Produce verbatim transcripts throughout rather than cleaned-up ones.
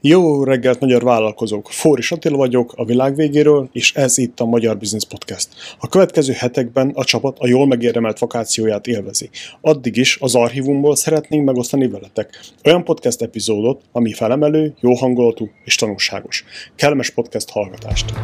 Jó reggelt, magyar vállalkozók! Fóris Attila vagyok a világ végéről, és ez itt a Magyar Business Podcast. A következő hetekben a csapat a jól megérdemelt vakációját élvezi. Addig is az archívumból szeretnénk megosztani veletek olyan podcast epizódot, ami felemelő, jó hangulatú és tanulságos. Kellemes podcast hallgatást!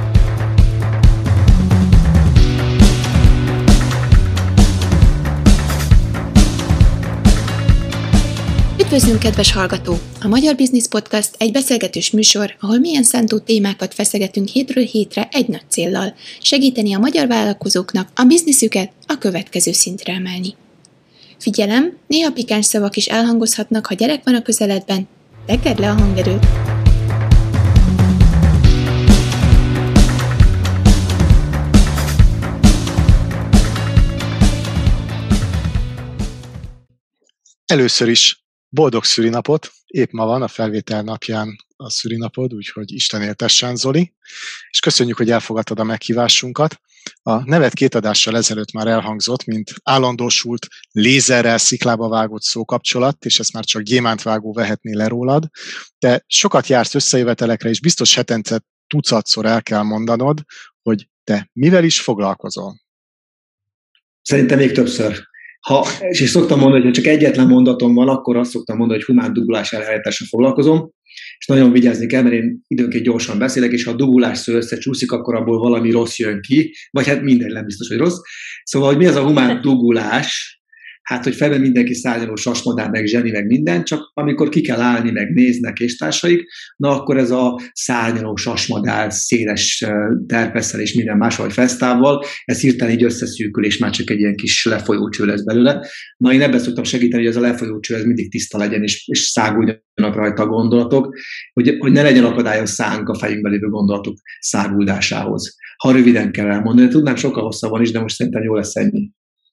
Üdvözlünk, kedves hallgató! A Magyar Business Podcast egy beszélgetős műsor, ahol milyen szántó témákat feszegetünk hétről hétre egy nagy céllal, segíteni a magyar vállalkozóknak a bizniszüket a következő szintre emelni. Figyelem, néha pikáns szavak is elhangozhatnak, ha gyerek van a közeledben, tekerd le a hangerőt! Először is boldog szülinapot, épp ma van a felvétel napján a szülinapod, úgyhogy Isten éltessen, Zoli, és köszönjük, hogy elfogadtad a meghívásunkat. A neved két adással ezelőtt már elhangzott, mint állandósult, lézerrel sziklába vágott szókapcsolat, és ezt már csak gyémántvágó vehetné le rólad. De sokat jársz összejövetelekre, és biztos hetente tucatszor el kell mondanod, hogy te mivel is foglalkozol. Szerintem még többször. Ha, és is szoktam mondani, hogy ha csak egyetlen mondatom van, akkor azt szoktam mondani, hogy humán dugulás elhelyettesre foglalkozom, és nagyon vigyázni kell, mert én időnként gyorsan beszélek, és ha a dugulás szó összecsúszik, akkor abból valami rossz jön ki, vagy hát mindegy, nem biztos, hogy rossz. Szóval, hogy mi az a humán dugulás? Hát, hogy felben mindenki szárnyaló, sasmadár, meg zseni, meg minden, csak amikor ki kell állni, meg néznek és társaik, na akkor ez a szárnyaló, sasmadár, széles terpesszel és minden máshogy fesztával, ez hirtelen így összeszűkül, és már csak egy ilyen kis lefolyócső lesz belőle. Na, én ebben szoktam segíteni, hogy ez a lefolyócső ez mindig tiszta legyen, és, és száguljanak rajta a gondolatok, hogy, hogy ne legyen akadály a szánk a fejünkben lévő gondolatok száguldásához. Ha röviden kell elmondani, tudnám sokkal hosszabban is, de most szerintem jó lesz ennyi.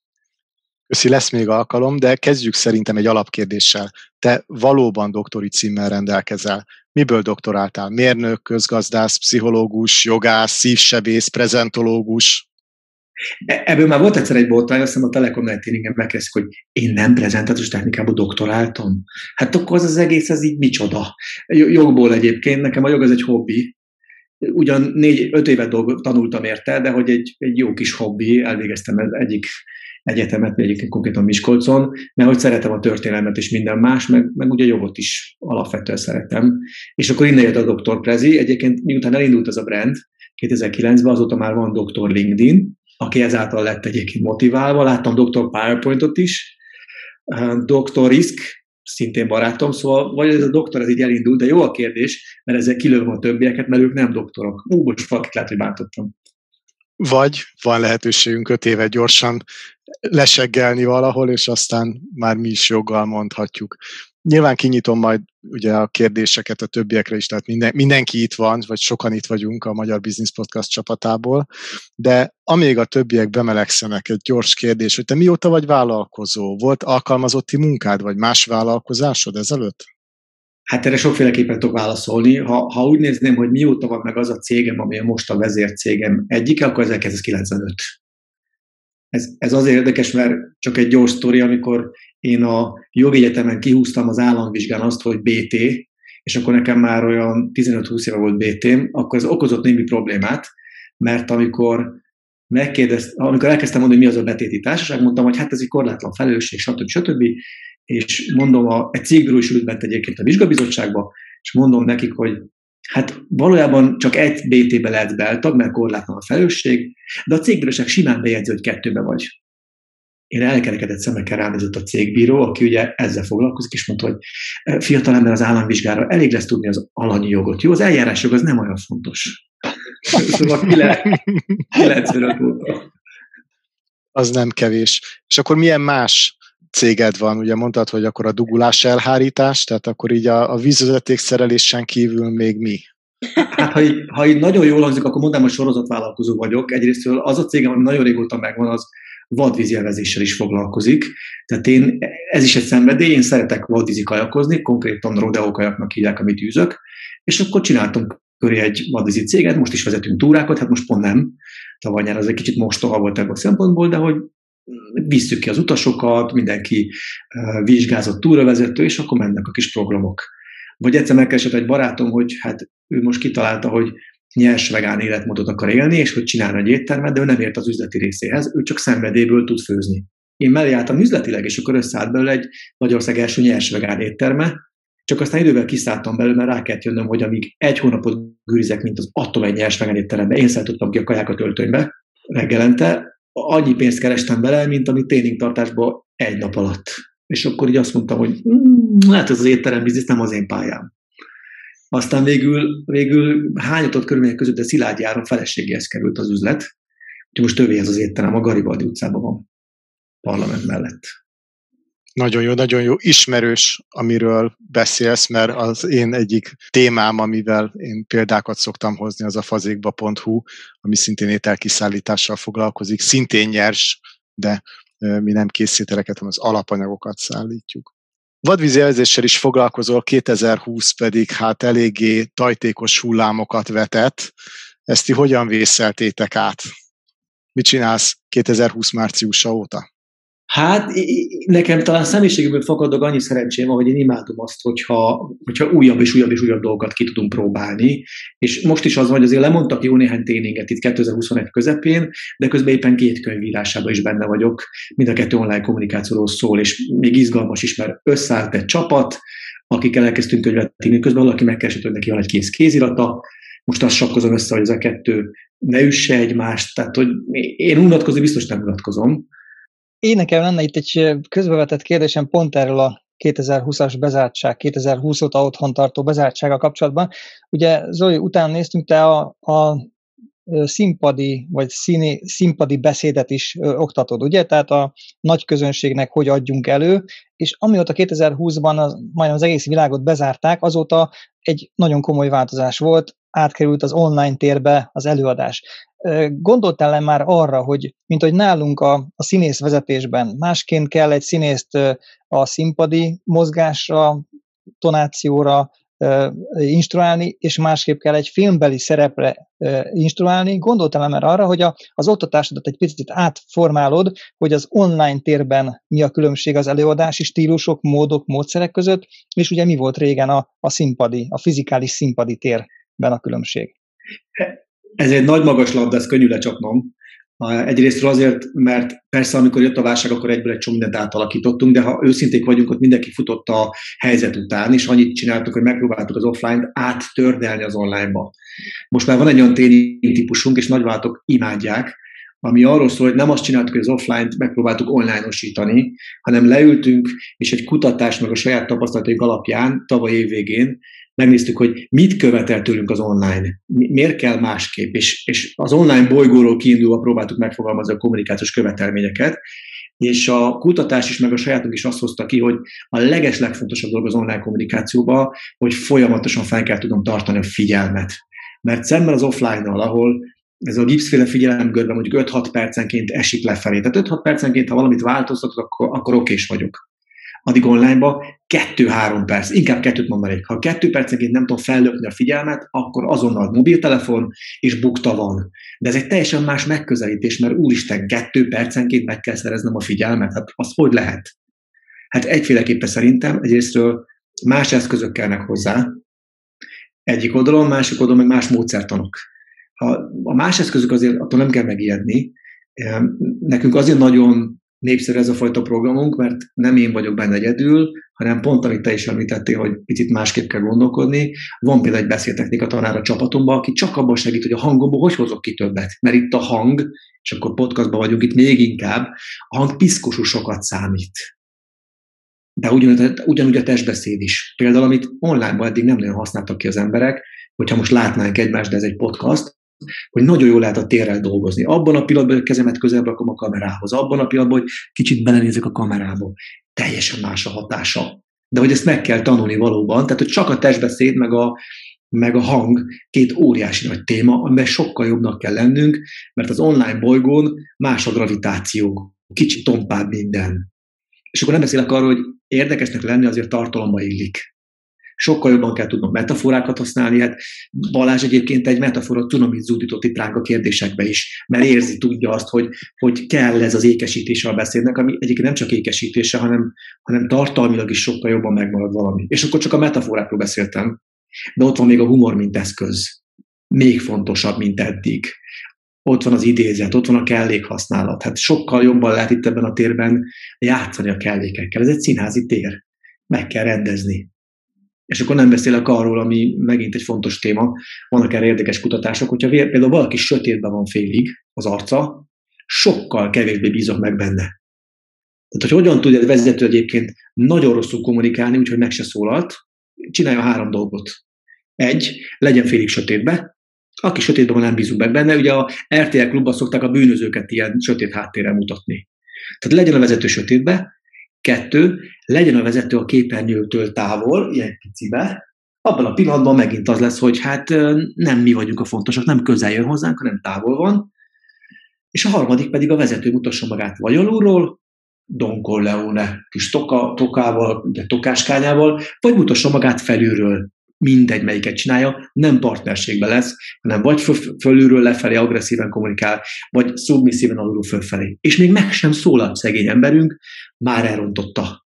Köszi, lesz még alkalom, de kezdjük szerintem egy alapkérdéssel. Te valóban doktori címmel rendelkezel. Miből doktoráltál? Mérnök, közgazdász, pszichológus, jogász, szívsebész, prezentológus? Ebből már volt egyszer egy botrány, azt hiszem a Telekom Nettéringen megkezdik, hogy én nem prezentációs technikából doktoráltam. Hát akkor az az egész, ez így micsoda. Jogból egyébként, nekem a jog az egy hobbi. Ugyan négy-öt évet dolg, tanultam érte, de hogy egy, egy jó kis hobbi, elvégeztem egyik egyetemet, egyébként konkrétan Miskolcon, mert hogy szeretem a történelmet és minden más, meg, meg ugye jogot is alapvetően szeretem. És akkor innen jött a doktor Prezi. Egyébként miután elindult az a brand kétezer-kilencben, azóta már van doktor LinkedIn, aki ezáltal lett egyébként motiválva. Láttam doktor PowerPointot is, doktor Risk, szintén barátom, szóval vagy ez a doktor, ez így elindult, de jó a kérdés, mert ezzel kilövöm a többieket, mert ők nem doktorok. Ú, most valakit lehet, hogy bántottam. Vagy van lehetőségünk öt évet gyorsan leseggelni valahol, és aztán már mi is joggal mondhatjuk. Nyilván kinyitom majd ugye a kérdéseket a többiekre is, tehát minden, mindenki itt van, vagy sokan itt vagyunk a Magyar Business Podcast csapatából, de amíg a többiek bemelegszenek, egy gyors kérdés, hogy te mióta vagy vállalkozó? Volt alkalmazotti munkád, vagy más vállalkozásod ezelőtt? Hát erre sokféleképpen tudok válaszolni. Ha, ha úgy nézném, hogy mióta van meg az a cégem, ami most a vezércégem egyike, akkor ezerkilencszázkilencvenöt. Ez, ez azért érdekes, mert csak egy gyors sztori, amikor én a jogegyetemen kihúztam az államvizsgán azt, hogy bé té, és akkor nekem már olyan tizenöt-húsz éve volt bé tém, akkor ez okozott némi problémát, mert amikor megkérdeztem, amikor elkezdtem mondani, hogy mi az a betéti társaság, mondtam, hogy hát ez egy korlátlan felelősség, stb. stb. És mondom, a, egy cégbíró is ült bent egyébként a vizsgabizottságba, és mondom nekik, hogy hát valójában csak egy bé té-be lehet beltag, mert korlátlan a felelősség, de a cégbíróság simán bejegyzi, hogy kettőbe vagy. Én elkerekedett szemekkel ránézett a cégbíró, aki ugye ezzel foglalkozik, és mondta, hogy fiatalember az államvizsgára elég lesz tudni az alanyi jogot. Jó, az eljárásjog az nem olyan fontos. Szóval kilencvenöt óta. Az nem kevés. És akkor milyen más céged van? Ugye mondtad, hogy akkor a dugulás elhárítás, tehát akkor így a, a vízvezetékszerelésen kívül még mi? Hát, ha így, ha így nagyon jól hangzik, akkor mondám, hogy sorozatvállalkozó vagyok. Egyrészt az a cégem, ami nagyon régóta megvan, az vadvízjelvezéssel is foglalkozik. Tehát én, ez is egy szenvedély, én szeretek vadvízi kajakozni, konkrétan rodeo kajaknak hívják, amit űzök, és akkor csináltunk köré egy vadvízi céget, most is vezetünk túrákat, hát most pont nem. Tavaly nyár az egy kicsit mostoha volt ebből a szempontból, de hogy visszük ki az utasokat, mindenki uh, vizsgázott túravezető, és akkor mennek a kis programok. Vagy egyszer megkeresett egy barátom, hogy hát ő most kitalálta, hogy nyers vegán életmódot akar élni, és hogy csinálna egy éttermet, de ő nem ért az üzleti részéhez, ő csak szenvedélyből tud főzni. Én mellé álltam üzletileg, és akkor összeállt belőle egy Magyarország első nyers vegán étterme, csak aztán idővel kiszálltam belőle, mert rá kellett jönnöm, hogy amíg egy hónapot gürizek, mint az atom egy nyers vegán étterembe, én szállítottam ki a kajákat öltönybe reggelente, annyi pénzt kerestem bele, mint amit tréningtartásban egy nap alatt. És akkor így azt mondtam, hogy mm, hát ez az étterem biznisz nem az én pályám. Aztán végül, végül hányatott körülmények között, de Szilágyi Áron feleségéhez került az üzlet. Úgyhogy most tövéhez az étterem, a Garibaldi utcában van, parlament mellett. Nagyon jó, nagyon jó, ismerős, amiről beszélsz, mert az én egyik témám, amivel én példákat szoktam hozni, az a fazékba pont hu, ami szintén ételkiszállítással foglalkozik, szintén nyers, de mi nem készételeket, hanem az alapanyagokat szállítjuk. Vadvízjelzéssel is foglalkozol, kétezer-húsz pedig hát eléggé tajtékos hullámokat vetett. Ezt ti hogyan vészeltétek át? Mit csinálsz kétezer-húsz márciusa óta? Hát nekem talán személyiségből fakadok annyi szerencsém van, hogy én imádom azt, hogyha, hogyha újabb és újabb és újabb dolgokat ki tudunk próbálni. És most is az van, hogy azért lemondtak jó néhány tréninget itt kétezer-huszonegy közepén, de közben éppen két könyvírásában is benne vagyok. Mind a kettő online kommunikációról szól, és még izgalmas is, mert összeállt egy csapat, akikkel elkezdtünk könyvet írni, közben valaki megkeresett, hogy neki van egy kész kézirata. Most azt sakkozom össze, hogy ez a kettő ne üsse egymást. Tehát, hogy én unatkozni biztos nem unatkozom. Én nekem lenne itt egy közbevetett kérdésem pont erről a kétezer-húszas bezártság, kétezer-húsz óta otthon tartó bezártsággal kapcsolatban. Ugye Zoli, utána néztünk, te a, a színpadi, vagy színi, színpadi beszédet is ö, oktatod, ugye? Tehát a nagy közönségnek hogy adjunk elő, és amióta kétezer-húszban az, majdnem az egész világot bezárták, azóta egy nagyon komoly változás volt, átkerült az online térbe az előadás. Gondoltál-e már arra, hogy mint hogy nálunk a, a színészvezetésben másként kell egy színészt a színpadi mozgásra, tonációra instruálni, és másképp kell egy filmbeli szerepre instruálni. Gondoltál-e már arra, hogy a, az oktatásodat egy picit átformálod, hogy az online térben mi a különbség az előadási stílusok, módok, módszerek között, és ugye mi volt régen a, a színpadi, a fizikális színpadi térben a különbség? Ez egy nagy magas labda, ez könnyű lecsapnom. Egyrésztről azért, mert persze amikor jött a válság, akkor egyből egy csomó mindent átalakítottunk, de ha őszinték vagyunk, ott mindenki futott a helyzet után, és annyit csináltuk, hogy megpróbáltuk az offline-t áttördelni az online-ba. Most már van egy olyan tréning típusunk, és nagyvállalatok imádják, ami arról szól, hogy nem azt csináltuk, hogy az offline-t megpróbáltuk online-osítani, hanem leültünk, és egy kutatás meg a saját tapasztalataink alapján tavaly év végén megnéztük, hogy mit követel tőlünk az online, miért kell másképp, és, és az online bolygóról kiindulva próbáltuk megfogalmazni a kommunikációs követelményeket, és a kutatás is, meg a sajátunk is azt hozta ki, hogy a legeslegfontosabb dolog az online kommunikációban, hogy folyamatosan fel kell tudnom tartani a figyelmet. Mert szemben az offline-nal, ahol ez a gipszféle figyelemgörbe mondjuk öt-hat percenként esik lefelé. Tehát öt-hat percenként, ha valamit változtatok, akkor, akkor okés vagyok. Addig online-ba kettő-három perc, inkább kettőt mondanék. Ha kettő percenként nem tudom fellökni a figyelmet, akkor azonnal mobiltelefon és bukta van. De ez egy teljesen más megközelítés, mert úristen, kettő percenként meg kell szereznem a figyelmet. Hát az hogy lehet? Hát egyféleképpen szerintem egyrésztről más eszközök kellnek hozzá. Egyik oldalon, másik oldalon meg más módszertanok. Ha a más eszközök azért attól nem kell megijedni. Nekünk azért nagyon népszerű ez a fajta programunk, mert nem én vagyok benne egyedül, hanem pont, amit te is említettél, hogy picit másképp kell gondolkodni. Van például egy beszéltechnika tanár a csapatomban, aki csak abban segít, hogy a hangomból hogy hozok ki többet. Mert itt a hang, és akkor podcastban vagyunk itt még inkább, a hang piszkosul sokat számít. De ugyanúgy, ugyanúgy a testbeszéd is. Például, amit online-ban eddig nem nagyon használtak ki az emberek, hogyha most látnánk egymást, de ez egy podcast, hogy nagyon jól lehet a térrel dolgozni. Abban a pillanatban, hogy kezemet közelebb rakom a kamerához, abban a pillanatban, hogy kicsit belenézek a kamerába. Teljesen más a hatása. De hogy ezt meg kell tanulni valóban, tehát hogy csak a testbeszéd, meg a, meg a hang két óriási nagy téma, amiben sokkal jobbnak kell lennünk, mert az online bolygón más a gravitáció, kicsit tompább minden. És akkor nem beszélek arról, hogy érdekesnek lenni azért tartalomba illik. sokkal jobban kell tudnom metaforákat használni. Hát Balázs egyébként egy metafora cunamit zúdított itt ránk a kérdésekbe is, mert érzi, tudja azt, hogy, hogy kell ez az ékesítése a beszédnek, ami egyébként nem csak ékesítése, hanem, hanem tartalmilag is sokkal jobban megmarad valami. És akkor csak a metaforákról beszéltem, de ott van még a humor, mint eszköz. Még fontosabb, mint eddig. Ott van az idézet, ott van a kellékhasználat. Hát sokkal jobban lehet itt ebben a térben játszani a kellékekkel. Ez egy színházi tér. Meg kell rendezni. És akkor nem beszélek arról, ami megint egy fontos téma, vannak erre érdekes kutatások, hogyha például valaki sötétben van félig az arca, sokkal kevésbé bízok meg benne. Tehát, hogy hogyan tudja egy vezető egyébként nagyon rosszul kommunikálni, úgyhogy meg se szólalt, csinálja három dolgot. Egy, legyen félig sötétbe, aki sötétben van, nem bízunk meg benne. Ugye a er té el klubban szokták a bűnözőket ilyen sötét háttérrel mutatni. Tehát legyen a vezető sötétbe. Kettő, legyen a vezető a képernyőtől távol, ilyen picibe. Abban a pillanatban megint az lesz, hogy hát nem mi vagyunk a fontosak, nem közel jön hozzánk, hanem távol van. És a harmadik pedig a vezető mutassa magát vagy alulról, Don Corleone kis toka, tokával, ugye tokáskányával, vagy mutassa magát felülről. Mindegy, melyiket csinálja, nem partnerségben lesz, hanem vagy föl, fölülről lefelé agresszíven kommunikál, vagy szubmisszíven alulról fölfelé. És még meg sem szólal szegény emberünk, már elrontotta.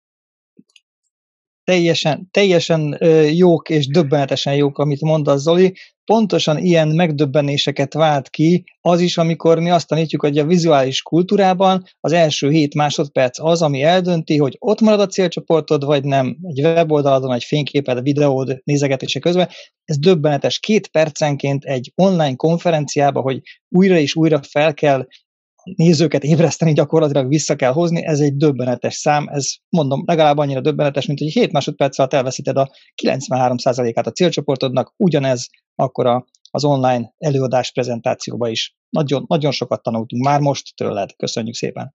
Teljesen, teljesen jók és döbbenetesen jók, amit mondasz, Zoli. Pontosan ilyen megdöbbenéseket vált ki az is, amikor mi azt tanítjuk, hogy a vizuális kultúrában az első hét másodperc az, ami eldönti, hogy ott marad a célcsoportod, vagy nem. Egy weboldaladon, egy fényképed, videód nézegetése közben. Ez döbbenetes. Két percenként egy online konferenciába, hogy újra és újra fel kell nézőket ébreszteni, gyakorlatilag vissza kell hozni, ez egy döbbenetes szám, ez mondom legalább annyira döbbenetes, mint hogy hét másodperc alatt elveszíted a kilencvenhárom százalékát a célcsoportodnak, ugyanez akkor a, az online előadás prezentációba is. Nagyon, nagyon sokat tanultunk már most tőled, köszönjük szépen.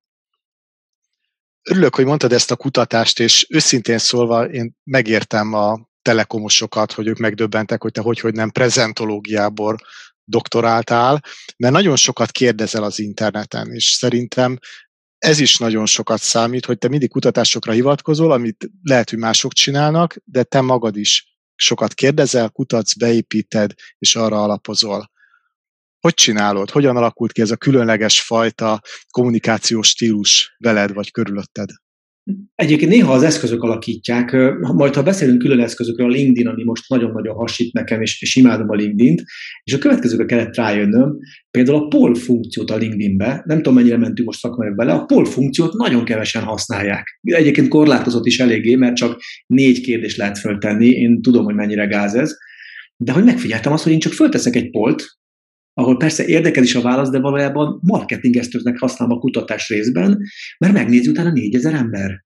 Örülök, hogy mondtad ezt a kutatást, és őszintén szólva én megértem a telekomosokat, hogy ők megdöbbentek, hogy te hogy, hogy nem prezentológiából doktoráltál, mert nagyon sokat kérdezel az interneten, és szerintem ez is nagyon sokat számít, hogy te mindig kutatásokra hivatkozol, amit lehet, hogy mások csinálnak, de te magad is sokat kérdezel, kutatsz, beépíted, és arra alapozol. Hogy csinálod? Hogyan alakult ki ez a különleges fajta kommunikációs stílus veled vagy körülötted? Egyébként néha az eszközök alakítják, majd ha beszélünk külön eszközökről, a LinkedIn, ami most nagyon-nagyon hasít nekem, és, és imádom a LinkedIn-t, és a következőkre kellett rájönnöm, például a poll funkciót a LinkedIn-be, nem tudom mennyire mentünk most szakmai bele, a poll funkciót nagyon kevesen használják. Egyébként korlátozott is eléggé, mert csak négy kérdést lehet föltenni, én tudom, hogy mennyire gáz ez, de hogy megfigyeltem azt, hogy én csak fölteszek egy pollt, ahol persze érdekel is a válasz, de valójában marketingeszköznek használom a kutatás részben, mert megnézi utána négyezer ember.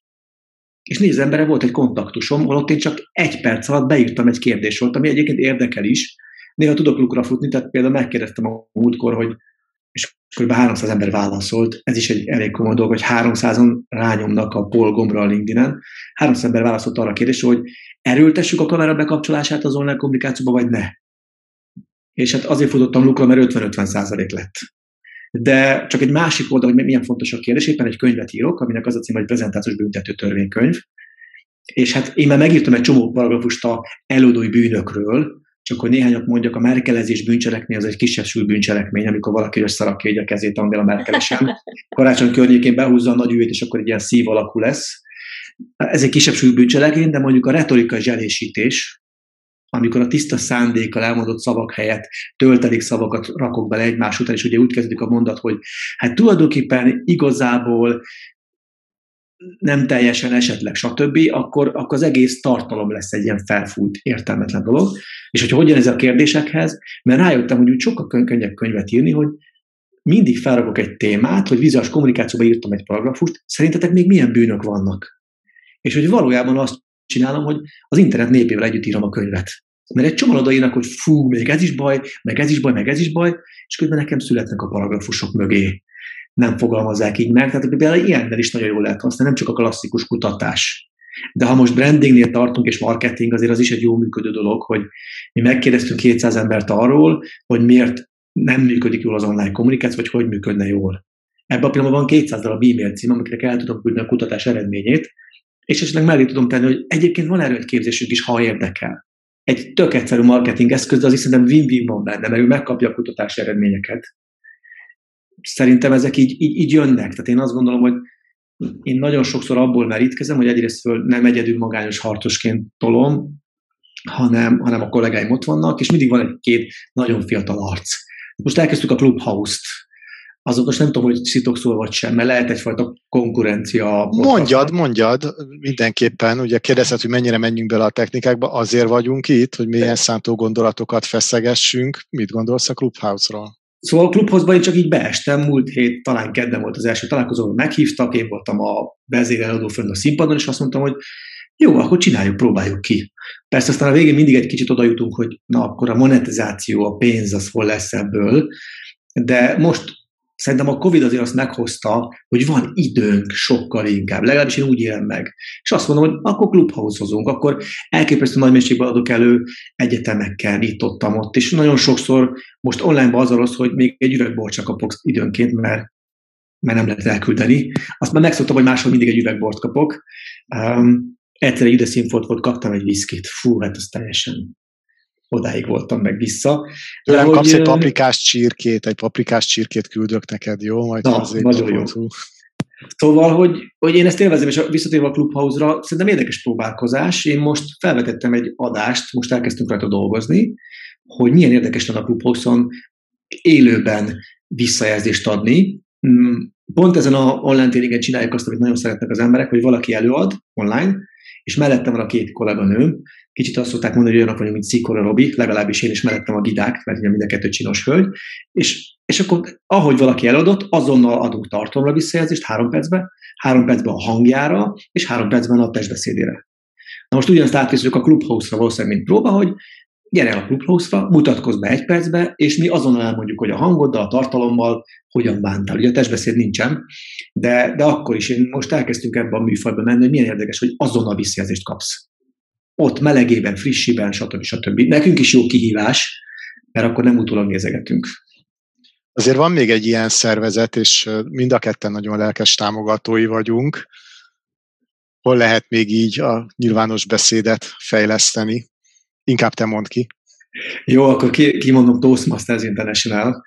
És négyezer emberre volt egy kontaktusom, holott én csak egy perc alatt beírtam egy kérdést, ami egyébként érdekel is. Néha tudok lukra futni, tehát például megkérdeztem a múltkor, hogy és kb. háromszáz ember válaszolt, ez is egy elég komoly dolog, hogy háromszázan rányomnak a poll gombra a LinkedIn-en. háromszáz ember válaszolt arra a kérdésre, hogy erőltessük a kamera bekapcsolását az online kommunikációba, vagy ne. És hát azért futottam lukra, mert ötven-ötven százalék lett. De csak egy másik oldal, hogy milyen fontos a kérdés, éppen egy könyvet írok, aminek az a cím, hogy prezentációs büntető törvénykönyv. És hát én már megírtam egy csomó paragrafust a előadói bűnökről, csak hogy néhányat mondjak, a merkelezés bűncselekmény az egy kisebb súly bűncselekmény, amikor valaki összerakja így a kezét Angela Merkelesen, karácsony környékén behúzza a nagy üvét, és akkor egy ilyen szív alakú lesz. Ez egy kisebb súly bűncselekmény, de mondjuk a retorikai zselésítés, amikor a tiszta szándékkal elmondott szavak helyett töltelék szavakat rakok bele egymás után, és ugye úgy kezdődik a mondat, hogy hát tulajdonképpen igazából nem teljesen esetleg, stb., akkor, akkor az egész tartalom lesz egy ilyen felfújt, értelmetlen dolog. És hogyha hogyan ez a kérdésekhez, mert rájöttem, hogy úgy sokkal könnyebb könyvet írni, hogy mindig felrakok egy témát, hogy vizuális kommunikációban írtam egy paragrafust, szerintetek még milyen bűnök vannak? És hogy valójában azt csinálom, hogy az internet népével együtt írom a könyvet. Mert egy csomó odaírnak, hogy fú, még ez is baj, meg ez is baj, meg ez is baj, és közben nekem születnek a paragrafusok mögé. Nem fogalmazzák így meg, tehát például ilyennel is nagyon jól lehet használni, nem csak a klasszikus kutatás. De ha most brandingnél tartunk, és marketing, azért az is egy jó működő dolog, hogy mi megkérdeztünk kétszáz embert arról, hogy miért nem működik jól az online kommunikáció, vagy hogy működne jól. Ebben a pillanatban van kétszáz darab e-mail cím, amikre el tudom küldeni a kutatás eredményét, és esetleg mellé tudom tenni, hogy egyébként van erről egy képzésünk is, ha érdekel. Egy tök egyszerű marketing eszköz, de az is szerintem win-win van benne, mert ő megkapja a kutatási eredményeket. Szerintem ezek így, így, így jönnek. Tehát én azt gondolom, hogy én nagyon sokszor abból merítkezem, hogy egyrészt föl nem egyedül magányos harcosként tolom, hanem, hanem a kollégáim ott vannak, és mindig van egy-két nagyon fiatal arc. Most elkezdtük a Clubhouse-t. Azok most nem tudom, hogy szitokszol vagy sem, mert lehet egyfajta konkurencia. Mondjad, mondjad, mindenképpen. Ugye kérdezhet, hogy mennyire menjünk bele a technikákba, azért vagyunk itt, hogy milyen szántó gondolatokat feszegessünk. Mit gondolsz a Clubhouse-ról? Szóval a Clubhouse-ban én csak így beestem, múlt hét, talán kedden volt az első találkozó, meghívtak, én voltam a vezéreladó fönn a színpadon, és azt mondtam, hogy jó, akkor csináljuk, próbáljuk ki. Persze aztán a végén mindig egy kicsit oda jutunk, hogy na akkor a monetizáció, a pénz az hol lesz ebből, de most szerintem a Covid azért azt meghozta, hogy van időnk sokkal inkább, legalábbis én úgy élem meg. És azt mondom, hogy akkor Clubhouse-ozunk, akkor elképesztő nagy mennyiségben adok elő egyetemekkel, itt ott, ott, és nagyon sokszor most online-ban az a rossz, hogy még egy üvegbort csak kapok időnként, mert, mert nem lehet elküldeni. Azt már megszoktam, hogy máshol mindig egy üvegbort kapok. Um, egyszer egy üdeszínfolt volt, kaptam egy viszkit. Fú, hát az teljesen odáig voltam meg vissza. Tőlem hogy, kapsz egy paprikás csirkét, egy paprikás csirkét küldök neked, jó? Majd na, nagyon jó. Hú. Szóval, hogy, hogy én ezt élvezem, és visszatérve a Clubhouse-ra, szerintem érdekes próbálkozás. Én most felvetettem egy adást, most elkezdtünk rajta dolgozni, hogy milyen érdekes lenne a Clubhouse-on élőben visszajelzést adni. Pont ezen a online tréningen csináljuk azt, amit nagyon szeretnek az emberek, hogy valaki előad online, és mellettem van a két kolléganőm. Kicsit azt szokták mondani, hogy olyanok vagyunk, mint Szikora Robi, legalábbis én is mellettem a Gidák, mert ugye mind a kettő csinos hölgy. És, és akkor, ahogy valaki eladott, azonnal adunk tartalomra visszajelzést három percben, három percben a hangjára, és három percben a testbeszédére. Na most ugyanazt átviszünk a Clubhouse-ra valószínűleg, mint próba, hogy gyere el a Clubhouse-ra, mutatkozz be egy percbe, és mi azonnal elmondjuk, hogy a hangoddal, a tartalommal hogyan bántál. Ugye a testbeszéd nincsen, de, de akkor is én most elkezdtünk ebben a műfajba menni, hogy milyen érdekes, hogy azonnal visszajelzést kapsz. Ott melegében, frissiben, stb. stb. Nekünk is jó kihívás, mert akkor nem utólag nézegetünk. Azért van még egy ilyen szervezet, és mind a ketten nagyon lelkes támogatói vagyunk. Hol lehet még így a nyilvános beszédet fejleszteni? Inkább te mondd ki. Jó, akkor kimondom Toastmasters International,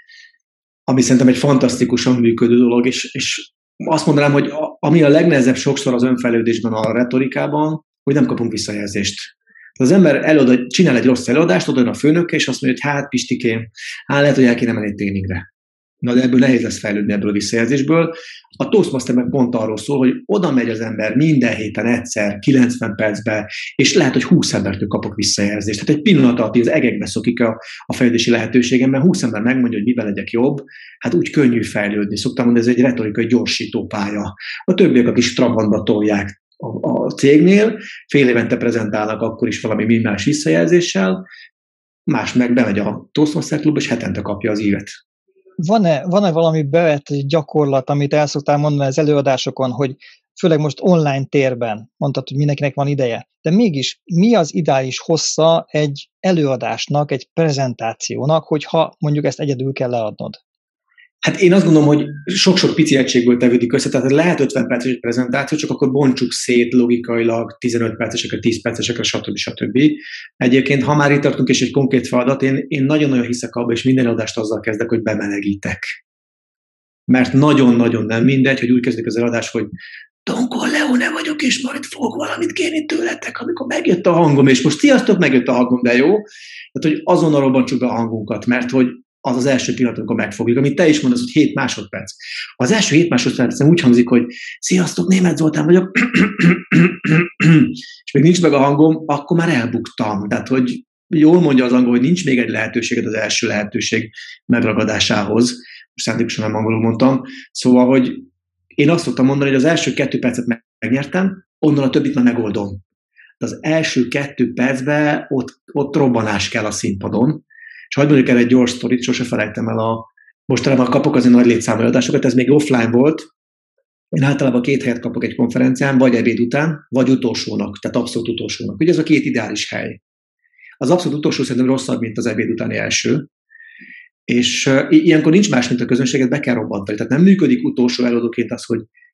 ami szerintem egy fantasztikusan működő dolog, és, és azt mondanám, hogy a, ami a legnehezebb sokszor az önfejlődésben, a retorikában, hogy nem kapunk visszajelzést. Az ember előad, csinál egy rossz előadást, oda jön a főnöke, és azt mondja, hogy hát Pistikém, hát lehet, hogy el kéne menni egy tréningre. Na, de ebből nehéz lesz fejlődni ebből a visszajelzésből. A Toastmaster meg pont arról szól, hogy oda megy az ember minden héten egyszer, kilencven percben, és lehet, hogy húsz embertől kapok visszajelzést. Tehát egy pillanat alatt az egekbe szokik a, a fejlődési lehetőségem, mert húsz ember megmondja, hogy miben legyek jobb, hát úgy könnyű fejlődni. Szoktam mondani, ez egy retorikai gyorsító pálya. A többiek a kis trabantba tolják a, a cégnél, fél évente prezentálnak akkor is valami minimális visszajelzéssel, más meg bemegy a Toastmaster klubba, és hetente kapja az ívet. Van-e, van-e valami bevett gyakorlat, amit el szoktál mondani az előadásokon, hogy főleg most online térben, mondtad, hogy mindenkinek van ideje, de mégis mi az ideális hossza egy előadásnak, egy prezentációnak, hogyha mondjuk ezt egyedül kell leadnod? Hát én azt gondolom, hogy sok-sok pici egységből tevődik össze, tehát lehet ötven perces egy prezentáció, csak akkor bontsuk szét logikailag tizenöt percesekre, tíz percesekre, stb. stb. Egyébként, ha már itt tartunk, és egy konkrét feladat, én, én nagyon-nagyon hiszek abba, és minden adást azzal kezdek, hogy bemelegítek. Mert nagyon-nagyon nem mindegy, hogy úgy kezdik az eladást, hogy Don Corleone vagyok, és majd fogok valamit kérni tőletek, amikor megjött a hangom, és most sziasztok, megjött a hangom, de jó. Tehát, hogy azonnal robbantsuk be a hangunkat, mert hogy az az első pillanat, amikor megfogjuk, amit te is mondasz, hogy hét másodperc. Az első hét másodperc úgy hangzik, hogy sziasztok, Németh Zoltán vagyok, és még nincs meg a hangom, akkor már elbuktam. Tehát, hogy jól mondja az angol, hogy nincs még egy lehetőséged az első lehetőség megragadásához. Most szándékosan nem angolul mondtam. Szóval, hogy én azt szoktam mondani, hogy az első kettő percet megnyertem, onnan a többit már megoldom. De az első kettő percben ott, ott robbanás kell a színpadon. És hagyd mondjuk el egy gyors sztorit, sose felejtem el a mostanában kapok azért nagy létszámú adásokat, ez még offline volt. Én általában két helyet kapok egy konferencián, vagy ebéd után, vagy utolsónak, tehát abszolút utolsónak. Ugye ez a két ideális hely. Az abszolút utolsó szerintem rosszabb, mint az ebéd utáni első. És uh, ilyenkor nincs más, mint a közönséget be kell robbantani. Tehát nem működik utolsó előadóként az, hogy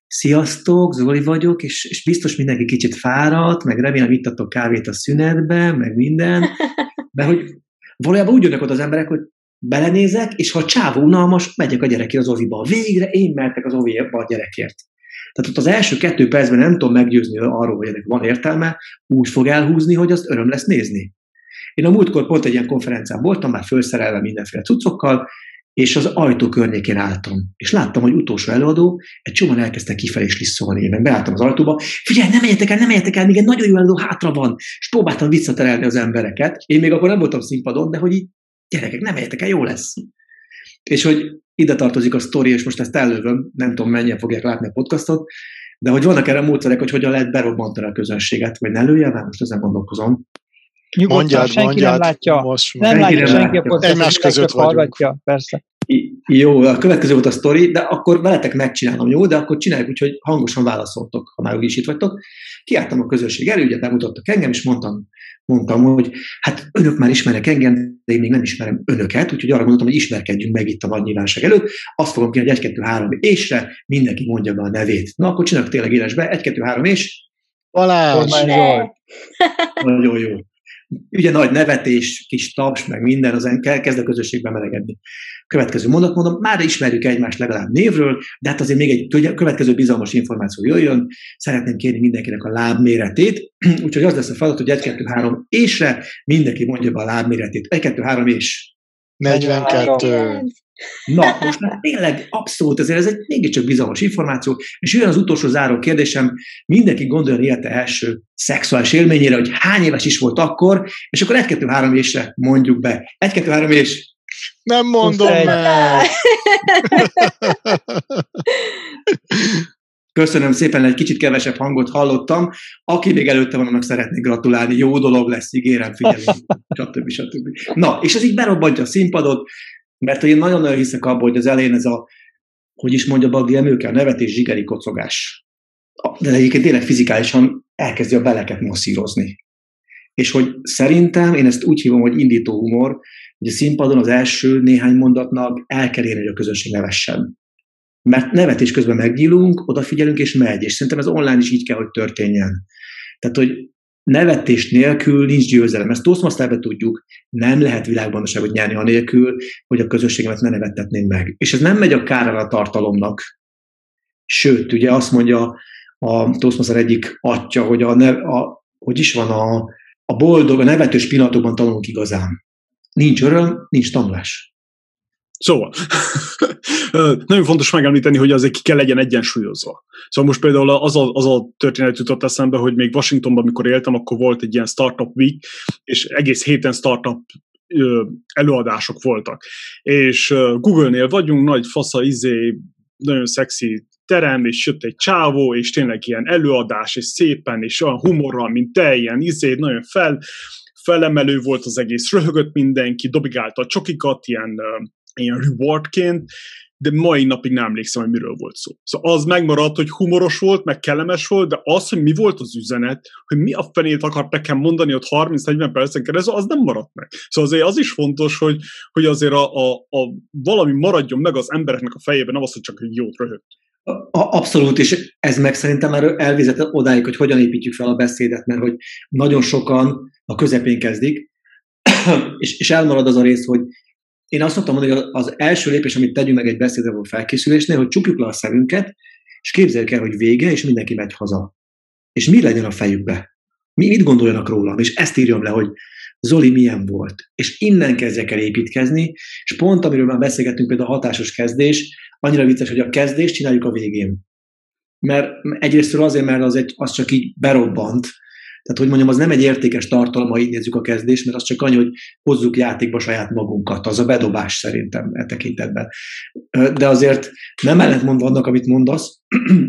sziasztok, Zoli vagyok, és, és biztos mindenki kicsit fáradt, meg remélem ittatok kávét a szünetbe, meg minden, de hogy valójában úgy jönnek oda az emberek, hogy belenézek, és ha a csávó unalmas, megyek a gyerekért az oviba. Végre én mertek az oviba a gyerekért. Tehát ott az első kettő percben nem tudom meggyőzni arról, hogy ennek van értelme, úgy fog elhúzni, hogy azt öröm lesz nézni. Én a múltkor pont egy ilyen konferencián voltam, már felszerelve mindenféle cuccokkal, és az ajtó környékén álltam. És láttam, hogy utolsó előadó, egy csomóan elkezdtek kifelé slisszolni. Én meg beálltam az ajtóba, figyelj, nem menjetek el, nem menjetek el, még egy nagyon jó előadó hátra van, és próbáltam visszaterelni az embereket. Én még akkor nem voltam színpadon, de hogy így, gyerekek, nem menjetek el, jó lesz. És hogy ide tartozik a sztori, és most ezt ellövöm, nem tudom, mennyien fogják látni a podcastot, de hogy vannak erre módszerek, hogy hogyan lehet berobbantani a közönséget, vagy ne lőjem, mert most ezen gondolkozom. Nyugodtan, mondjad, senki mondjad, nem látja, most nem senki látja nem senki látja. a podcastot, Egymás között vagyunk. hallgatja, persze. Jó, a következő volt a sztori, de akkor veletek megcsinálom, jó? De akkor csináljuk úgy, hogy hangosan válaszoltok, ha már úgyis itt vagytok. Kiálltam a közösség elő, ugye bemutattak engem, és mondtam, mondtam, hogy hát önök már ismernek engem, de én még nem ismerem önöket, úgyhogy arra gondoltam, hogy ismerkedjünk meg itt a nagy nyilvánosság előtt. Azt fogom kérni, hogy egy, kettő, három ésre mindenki mondja be a nevét. Na, akkor csinálok tényleg élesbe, egy, kettő, három és... Balázs! Nagyon jó. Ugye nagy nevetés, kis taps, meg minden, az kezd a közösségben melegedni. Következő mondat mondom, már ismerjük egymást legalább névről, de hát azért még egy következő bizalmas információ jöjjön, szeretném kérni mindenkinek a lábméretét, úgyhogy az lesz a feladat, hogy egy, kettő, három ésre mindenki mondja be a lábméretét. egy, kettő, három és... negyvenkettő. Na, most már tényleg abszolút, ezért ez egy mégiscsak bizalmas információ, és jön az utolsó záró kérdésem, mindenki gondoljon élete első szexuális élményére, hogy hány éves is volt akkor, és akkor egy, kettő, három ésre mondjuk be. egy, kettő, három és... Nem mondom meg! Köszönöm szépen, egy kicsit kevesebb hangot hallottam. Aki még előtte van, annak szeretnék gratulálni. Jó dolog lesz, ígérem, figyelünk, stb. stb. Na, és ez így berobbantja a színpadot, mert én nagyon-nagyon hiszek abban, hogy az elején ez a, hogy is mondja Bagdi Emőke, a nevetés zsigeri kocogás. De egyébként tényleg fizikálisan elkezdi a beleket masszírozni. És hogy szerintem, én ezt úgy hívom, hogy indító humor, hogy a színpadon az első néhány mondatnak el kell érni, hogy a közönség nevessen. Mert nevetés közben megnyílunk, odafigyelünk és megy, és szerintem ez online is így kell, hogy történjen. Tehát, hogy nevetés nélkül nincs győzelem. Ezt Toastmasterben tudjuk, nem lehet világbajnokságot nyerni anélkül, hogy a közösségemet ne nevettetném meg. És ez nem megy a kárára a tartalomnak. Sőt, ugye azt mondja a Toastmaster egyik atya, hogy, a nev, a, hogy is van a, a boldog, a nevetős pillanatokban tanulunk igazán. Nincs öröm, nincs tanulás. Szóval, nagyon fontos megemlíteni, hogy azért ki kell legyen egyensúlyozva. Szóval most például az a, az a történet jutott eszembe, hogy még Washingtonban, amikor éltem, akkor volt egy ilyen Startup Week, és egész héten startup előadások voltak. És Google-nél vagyunk, nagy fasza, izé, nagyon szexi terem, és jött egy csávó, és tényleg ilyen előadás, és szépen, és olyan humorral, mint te, ilyen izé, nagyon fel, felemelő volt az egész, röhögött mindenki, dobigálta a csokikat, ilyen ilyen rewardként, de mai napig nem emlékszem, hogy miről volt szó. Szóval az megmaradt, hogy humoros volt, meg kellemes volt, de az, hogy mi volt az üzenet, hogy mi a fenét akart nekem mondani ott harminc-negyven percen keresztül, az nem maradt meg. Szóval azért az is fontos, hogy, hogy azért a, a, a valami maradjon meg az embereknek a fejében, nem az, hogy csak egy jót röhögt. Abszolút, és ez meg szerintem már elvezet odáig, hogy hogyan építjük fel a beszédet, mert hogy nagyon sokan a közepén kezdik, és, és elmarad az a rész, hogy én azt mondtam mondani, hogy az első lépés, amit tegyünk meg egy beszédre való felkészülésnél, hogy csukjuk le a szemünket, és képzeljük el, hogy vége, és mindenki megy haza. És mi legyen a fejükbe? Mi mit gondoljanak rólam? És ezt írjam le, hogy Zoli milyen volt. És innen kezdjek el építkezni, és pont amiről már beszélgettünk, például a hatásos kezdés, annyira vicces, hogy a kezdést csináljuk a végén. Mert egyrésztről azért, mert az, egy, az csak így berobbant. Tehát, hogy mondjam, az nem egy értékes tartalom, ha így nézzük a kezdést, mert az csak annyi, hogy hozzuk játékba saját magunkat. Az a bedobás szerintem e tekintetben. De azért nem ellentmondva annak, amit mondasz.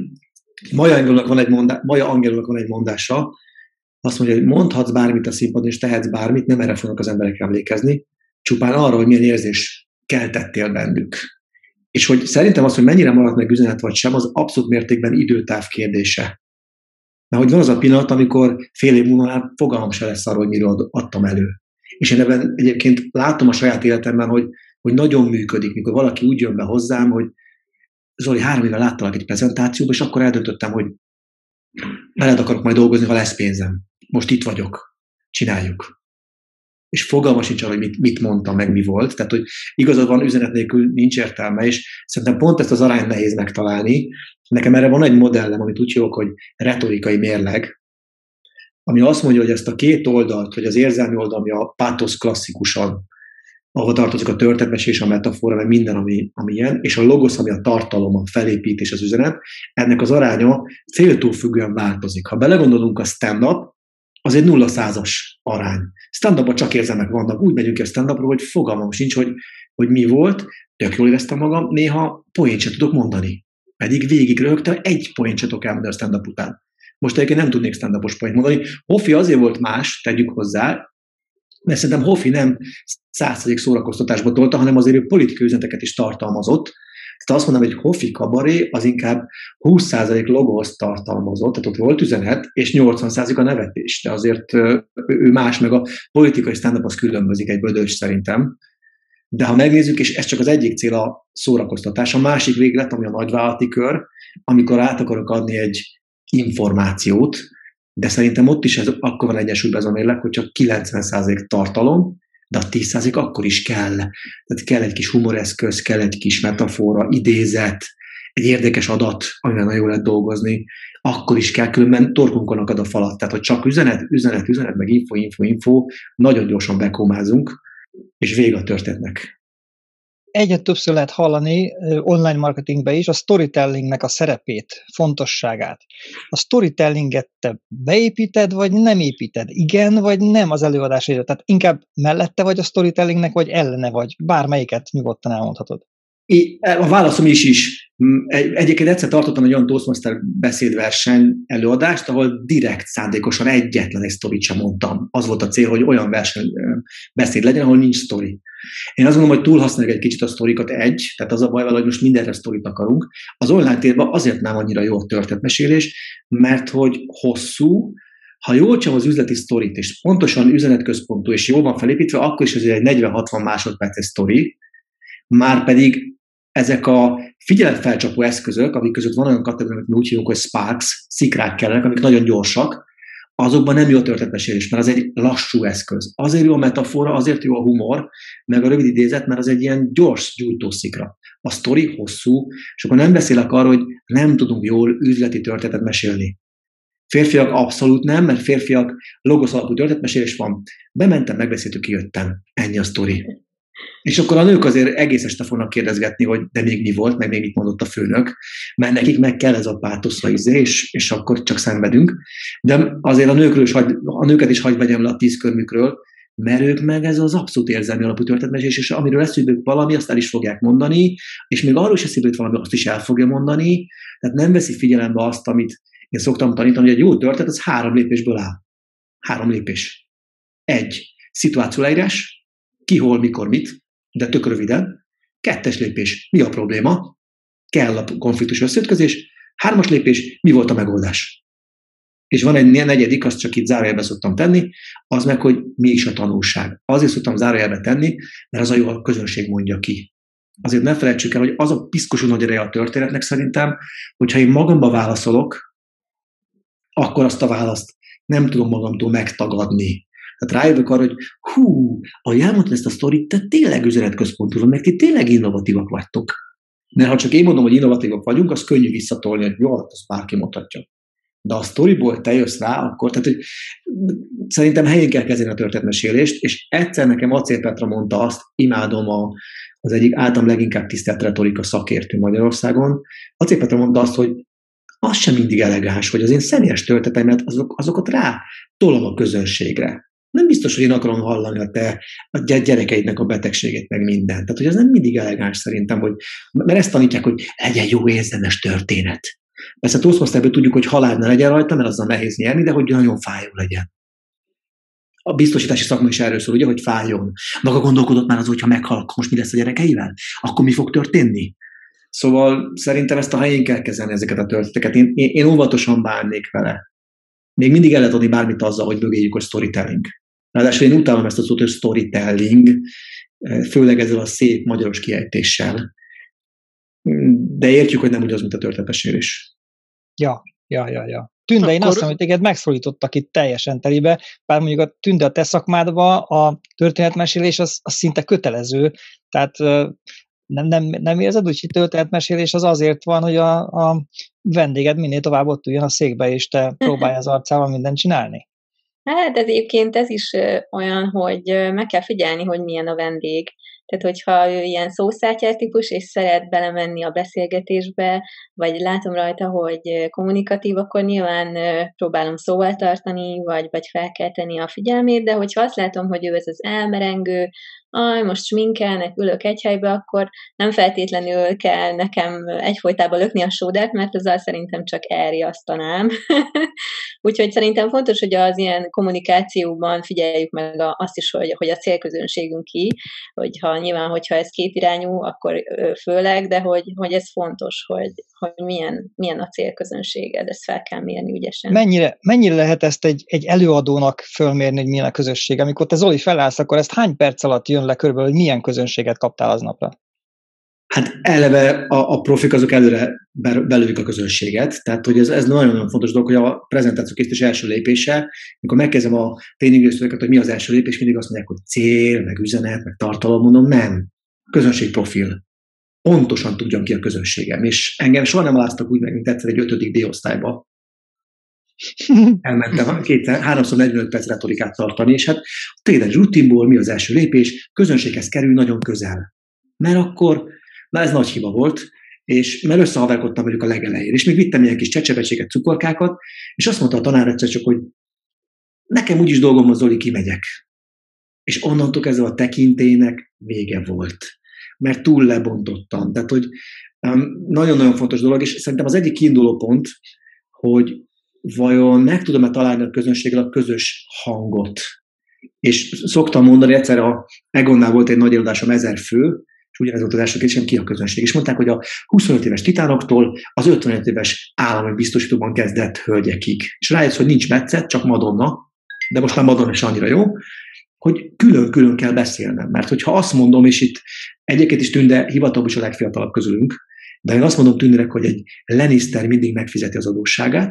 Maja Angelónak van egy, mondá- Maja Angelónak van egy mondása, azt mondja, hogy mondhatsz bármit a színpadon, és tehetsz bármit, nem erre fognak az emberek emlékezni, csupán arra, hogy milyen érzés keltettél bennük. És hogy szerintem az, hogy mennyire maradt meg üzenet vagy sem, az abszolút mértékben időtáv kérdése. Mert hogy van az a pillanat, amikor fél év múlva már fogalmam se lesz arról, hogy miről adtam elő. És én ebben egyébként látom a saját életemben, hogy, hogy nagyon működik, mikor valaki úgy jön be hozzám, hogy Zoli, három éve láttalak egy prezentációban, és akkor eldöntöttem, hogy veled akarok majd dolgozni, ha lesz pénzem. Most itt vagyok. Csináljuk. És fogalma sincs arra, hogy mit, mit mondtam, meg mi volt. Tehát, hogy igazad van, üzenet nélkül nincs értelme, és szerintem pont ezt az arányt nehéz megtalálni. Nekem erre van egy modellem, amit úgy hívok, hogy retorikai mérleg, ami azt mondja, hogy ezt a két oldalt, hogy az érzelmi oldal, ami a pátosz klasszikusan, ahol tartozik a történetmesélés, a metafora, meg minden, ami, ami ilyen, és a logosz, ami a tartalom, a felépítés, az üzenet, ennek az aránya céltól függően változik. Ha belegondolunk a stand-up, az egy nulla százas arány. Stand-upban csak érzelmek vannak, úgy megyünk ki a stand-upról, hogy fogalmam sincs, hogy, hogy mi volt, tök jól éreztem magam, néha poént sem tudok mondani. Pedig végig rögtön egy poént sem tudok elmondani a stand-up után. Most egyébként nem tudnék stand-upos poént mondani. Hoffi azért volt más, tegyük hozzá, mert szerintem Hoffi nem száz százalék szórakoztatásba tolta, hanem azért ő politikai üzeneteket is tartalmazott. Tehát azt mondom, hogy Hoffi kabaré az inkább húsz százalék logóhoz tartalmazott, tehát ott volt üzenet, és nyolcvan százalék a nevetés. De azért ő más, meg a politikai stand-up az különbözik egy bödös szerintem. De ha megnézzük, és ez csak az egyik cél a szórakoztatás, a másik véglet, ami a nagyvállalati kör, amikor át akarok adni egy információt, de szerintem ott is ez, akkor van egyensúlyban ez a mérleg, hogy csak kilencven százalék tartalom, de a tíz százalék akkor is kell. Tehát kell egy kis humoreszköz, kell egy kis metafora, idézet, egy érdekes adat, amivel nagyon jól lehet dolgozni, akkor is kell, különben torkunkon akad a falat. Tehát, hogy csak üzenet, üzenet, üzenet, meg info, info, info, nagyon gyorsan bekómázunk, és vége a történetnek. Egyet többször lehet hallani online marketingben is a storytellingnek a szerepét, fontosságát. A storytellinget te beépíted, vagy nem építed? Igen, vagy nem az előadásra? Tehát inkább mellette vagy a storytellingnek, vagy ellene vagy? Bármelyiket nyugodtan elmondhatod. É, a válaszom is is. Egy, egyébként egyszer tartottam egy olyan Toastmaster beszédverseny előadást, ahol direkt szándékosan egyetlen egy sztorit sem mondtam. Az volt a cél, hogy olyan verseny beszéd legyen, ahol nincs sztori. Én azt gondolom, hogy túlhasználjuk egy kicsit a sztorikat egy, tehát az a baj vele, hogy most mindenre sztorit akarunk. Az online térben azért nem annyira jó a történetmesélés, mert hogy hosszú, ha jól csinálom az üzleti sztorit, és pontosan üzenetközpontú, és jól van felépítve, akkor is azért egy negyven-hatvan másodperces sztori, már pedig ezek a figyeletfelcsapó eszközök, amik között van olyan kategória, amit mi úgy hívunk, hogy sparks, szikrák kellenek, amik nagyon gyorsak, azokban nem jó a történetmesélés, mert az egy lassú eszköz. Azért jó a metafora, azért jó a humor, meg a rövid idézet, mert az egy ilyen gyors gyújtószikra. A sztori hosszú, és akkor nem beszélek arról, hogy nem tudunk jól üzleti történetet mesélni. Férfiak abszolút nem, mert férfiak logosz alapú történetmesélés van. Bementem, megbeszéltük, kijöttem. Ennyi a sztori. És akkor a nők azért egész este fognak kérdezgetni, hogy de még mi volt, meg még mit mondott a főnök, mert nekik meg kell ez a pátoszra izé, és, és akkor csak szenvedünk. De azért a, nőkről is hagy, a nőket is hagy vegyem le a tíz körmükről, mert ők meg ez az abszolút érzelmi alapú történetmesélés, és amiről eszükbe valami, azt el is fogják mondani, és még arról is eszükbe valami, azt is el fogja mondani, tehát nem veszi figyelembe azt, amit én szoktam tanítani, hogy egy jó történet, az három lépésből áll. Három lépés. Egy, szituációleírás, ki, hol, mikor, mit, de tök röviden. Kettes lépés, mi a probléma? Kell a konfliktus összeütközés. Hármas lépés, mi volt a megoldás? És van egy negyedik, azt csak itt zárójelbe szoktam tenni, az meg, hogy mi is a tanulság. Azért szoktam zárójelbe tenni, mert az a jó, a közönség mondja ki. Azért ne felejtsük el, hogy az a piszkosú nagy ereje a történetnek szerintem, hogyha én magamba válaszolok, akkor azt a választ nem tudom magamtól megtagadni. Tehát rájövök arra, hogy hú, ahogy elmondtad ezt a sztorit, te tényleg üzenetközpontú van, meg ti tényleg innovatívak vagytok. Mert ha csak én mondom, hogy innovatívak vagyunk, az könnyű visszatolni, hogy jó, azt bárki mondhatja. De a sztoriból te jössz rá, akkor, tehát, hogy szerintem helyén kell kezdeni a történetmesélést, és egyszer nekem Acél Petra mondta azt, imádom a, az egyik általam leginkább tisztelt retorika szakértő Magyarországon, Acél Petra mondta azt, hogy az sem mindig elegáns, hogy az én személyes történeteimet azok, azokat rá tolom a közönségre. Nem biztos, hogy én akarom hallani a te a gyerekeidnek a betegségét, meg mindent. Tehát, hogy ez nem mindig elegáns szerintem, hogy, mert ezt tanítják, hogy legyen jó érzelmes történet. Persze a Toastmasterből tudjuk, hogy halál ne legyen rajta, mert azzal nehéz nyerni, de hogy nagyon fájó legyen. A biztosítási szakma is erről szól, ugye, hogy fájjon. Maga gondolkodott már az, hogyha meghal, most mi lesz a gyerekeivel? Akkor mi fog történni? Szóval szerintem ezt a helyén kell kezelni, ezeket a történeteket. Én, én, én óvatosan bánnék vele. Még mindig el lehet adni bármit azzal, hogy mögéjük a storytelling. Ráadásul én utálom ezt a szót, hogy storytelling, főleg ezzel a szép magyaros kiejtéssel. de értjük, hogy nem ugyanaz, mint a történetmesélés. Ja, ja, ja, ja. Tünde, Akkor... én azt hiszem, hogy téged megszólítottak itt teljesen telibe, bár mondjuk a Tünde a te szakmádban a történetmesélés az, az szinte kötelező, tehát nem, nem, nem érzed, hogy a történetmesélés az azért van, hogy a, a vendéged minél tovább ott üljön a székbe, és te próbálj az arcával mindent csinálni? Hát egyébként ez is olyan, hogy meg kell figyelni, hogy milyen a vendég. Tehát, hogyha ő ilyen szószátjár típus, és szeret belemenni a beszélgetésbe, vagy látom rajta, hogy kommunikatív, akkor nyilván próbálom szóval tartani, vagy, vagy felkelteni a figyelmét, de hogyha azt látom, hogy ő ez az elmerengő, aj, most sminkelnek, ülök egy helybe, akkor nem feltétlenül kell nekem egyfolytában lökni a sódert, mert azzal szerintem csak elriasztanám. Úgyhogy szerintem fontos, hogy az ilyen kommunikációban figyeljük meg azt is, hogy, hogy a célközönségünk ki, hogyha nyilván, hogyha ez kétirányú, akkor főleg, de hogy, hogy ez fontos, hogy, hogy milyen, milyen a célközönséged, ezt fel kell mérni ügyesen. Mennyire, mennyire lehet ezt egy, egy előadónak fölmérni, hogy milyen a közösség? Amikor te, Zoli, felállsz, akkor ezt hány perc alatt jön le körülbelül, hogy milyen közönséget kaptál aznapra? Hát eleve a, a profik azok előre belőjük a közönséget, tehát hogy ez, ez nagyon-nagyon fontos dolog, hogy a prezentáció készítés első lépése, amikor megkezdem a tréningőszöveket, hogy mi az első lépés, mindig azt mondják, hogy cél, meg üzenet, meg tartalom, mondom, nem. Közönségprofil. Pontosan tudjam ki a közönségem, és engem soha nem aláztak úgy meg, mint egyszer egy ötödik D-osztályba. Elmentem kétszer, háromszor negyvenöt perc retorikát tartani, és hát tényleg rutinból mi az első lépés, közönséghez kerül nagyon közel. Mert akkor, na ez nagy hiba volt, és mert összehaverkodtam velük a legelején, és még vittem ilyen kis csecsebecséget, cukorkákat, és azt mondta a tanár egyszer csak, hogy nekem úgyis dolgom van, Zoli, kimegyek. És onnantól kezdve a tekintélynek vége volt. Mert túl lebontottam. Tehát, hogy nagyon-nagyon fontos dolog, és szerintem az egyik kiinduló pont, hogy vajon meg tudom-e találni a közönséggel a közös hangot. És szoktam mondani, egyszer a Egonnál volt egy nagy előadásom, ezer fő, és ugyanez volt az első kérdésem, ki a közönség. És mondták, hogy a huszonöt éves titánoktól az ötvenöt éves állami biztosítóban kezdett hölgyekig. És rájössz, hogy nincs metszet, csak Madonna, de most már Madonna is annyira jó, hogy külön-külön kell beszélnem. Mert hogyha azt mondom, és itt egyébként is Tünde hivatalban is a legfiatalabb közülünk, de én azt mondom Tündének, hogy egy Lannister mindig megfizeti az adósságát,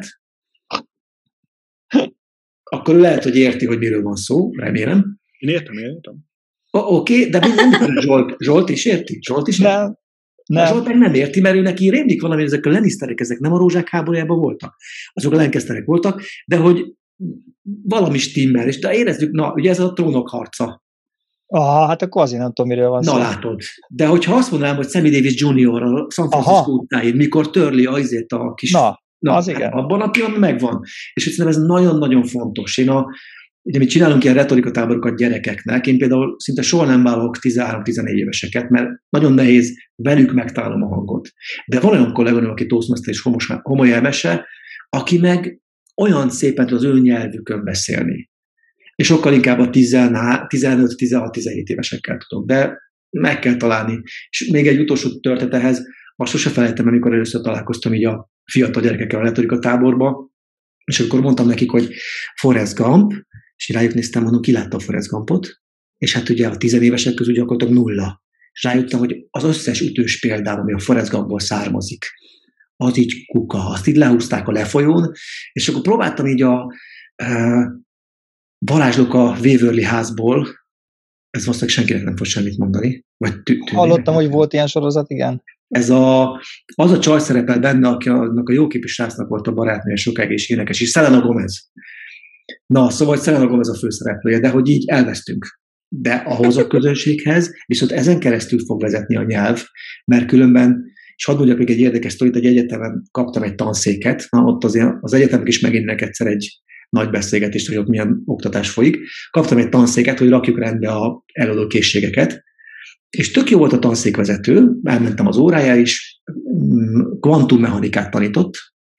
akkor ő lehet, hogy érti, hogy miről van szó, remélem. Én értem, én értem. Oké, okay, de nem Zsolt, Zsolt is érti? Zsolt is érti? Nem. nem. Zsolt meg nem érti, mert ő neki rémlik valami, ezek a Lannisterek, ezek nem a rózsák háborújában voltak. Azok a Lancasterek voltak, de hogy valami stimmel, és de érezzük, na, ugye ez a trónok harca. Aha, hát akkor azért nem tudom, miről van szó. Na látod. De hogyha azt mondanám, hogy Sammy Davis junior a San Francisco utcáin, mikor törli azért a kis... Na, na az hát igen. Abban a pillanatban megvan. És szerintem ez nagyon-nagyon fontos. Én a, ugye mi csinálunk ilyen retorikatáborokat gyerekeknek, én például szinte soha nem vállalok tizenhárom-tizennégy éveseket, mert nagyon nehéz velük megtalálnom a hangot. De van olyan kolléganőm, aki Toastmaster és homolyelmese, aki meg olyan szépen tud az ő nyelvükön beszélni. És sokkal inkább a tizenöt, tizenhat, tizenhét évesekkel tudok. De meg kell találni. És még egy utolsó történet ehhez, azt sose felejtem, amikor először találkoztam így a fiatal gyerekekkel a retorika táborba, és akkor mondtam nekik, hogy Forrest Gump, és rájuk néztem, mondom, ki látta a Forrest Gumpot, és hát ugye a tizenévesek közül gyakorlatilag nulla. És rájöttem, hogy az összes ütős példám, ami a Forrest Gumpból származik, az így kuka, azt így lehúzták a lefolyón, és akkor próbáltam így a uh, varázslók a Waverly házból, ez valószínűleg senkinek nem fog semmit mondani. Vagy tű- Hallottam, hogy volt ilyen sorozat, igen. Ez a, az a csaj szerepel benne, aki annak a jóképű srácnak volt a barátnője sokáig és énekes, és Selena Gomez. Na, szóval Selena Gomez a főszereplője, de hogy így elvesztünk. De ahhoz a közönséghez, viszont ezen keresztül fog vezetni a nyelv, mert különben, és hadd mondjak még egy érdekes sztorit, egy egyetemen kaptam egy tanszéket, na ott az, az egyetemek is megint egyszer egy nagy beszélgetést, hogy ott milyen oktatás folyik. Kaptam egy tanszéket, hogy rakjuk rendbe a előadó készségeket, és tök jó volt a tanszékvezető, elmentem az órájára is, kvantummechanikát tanított,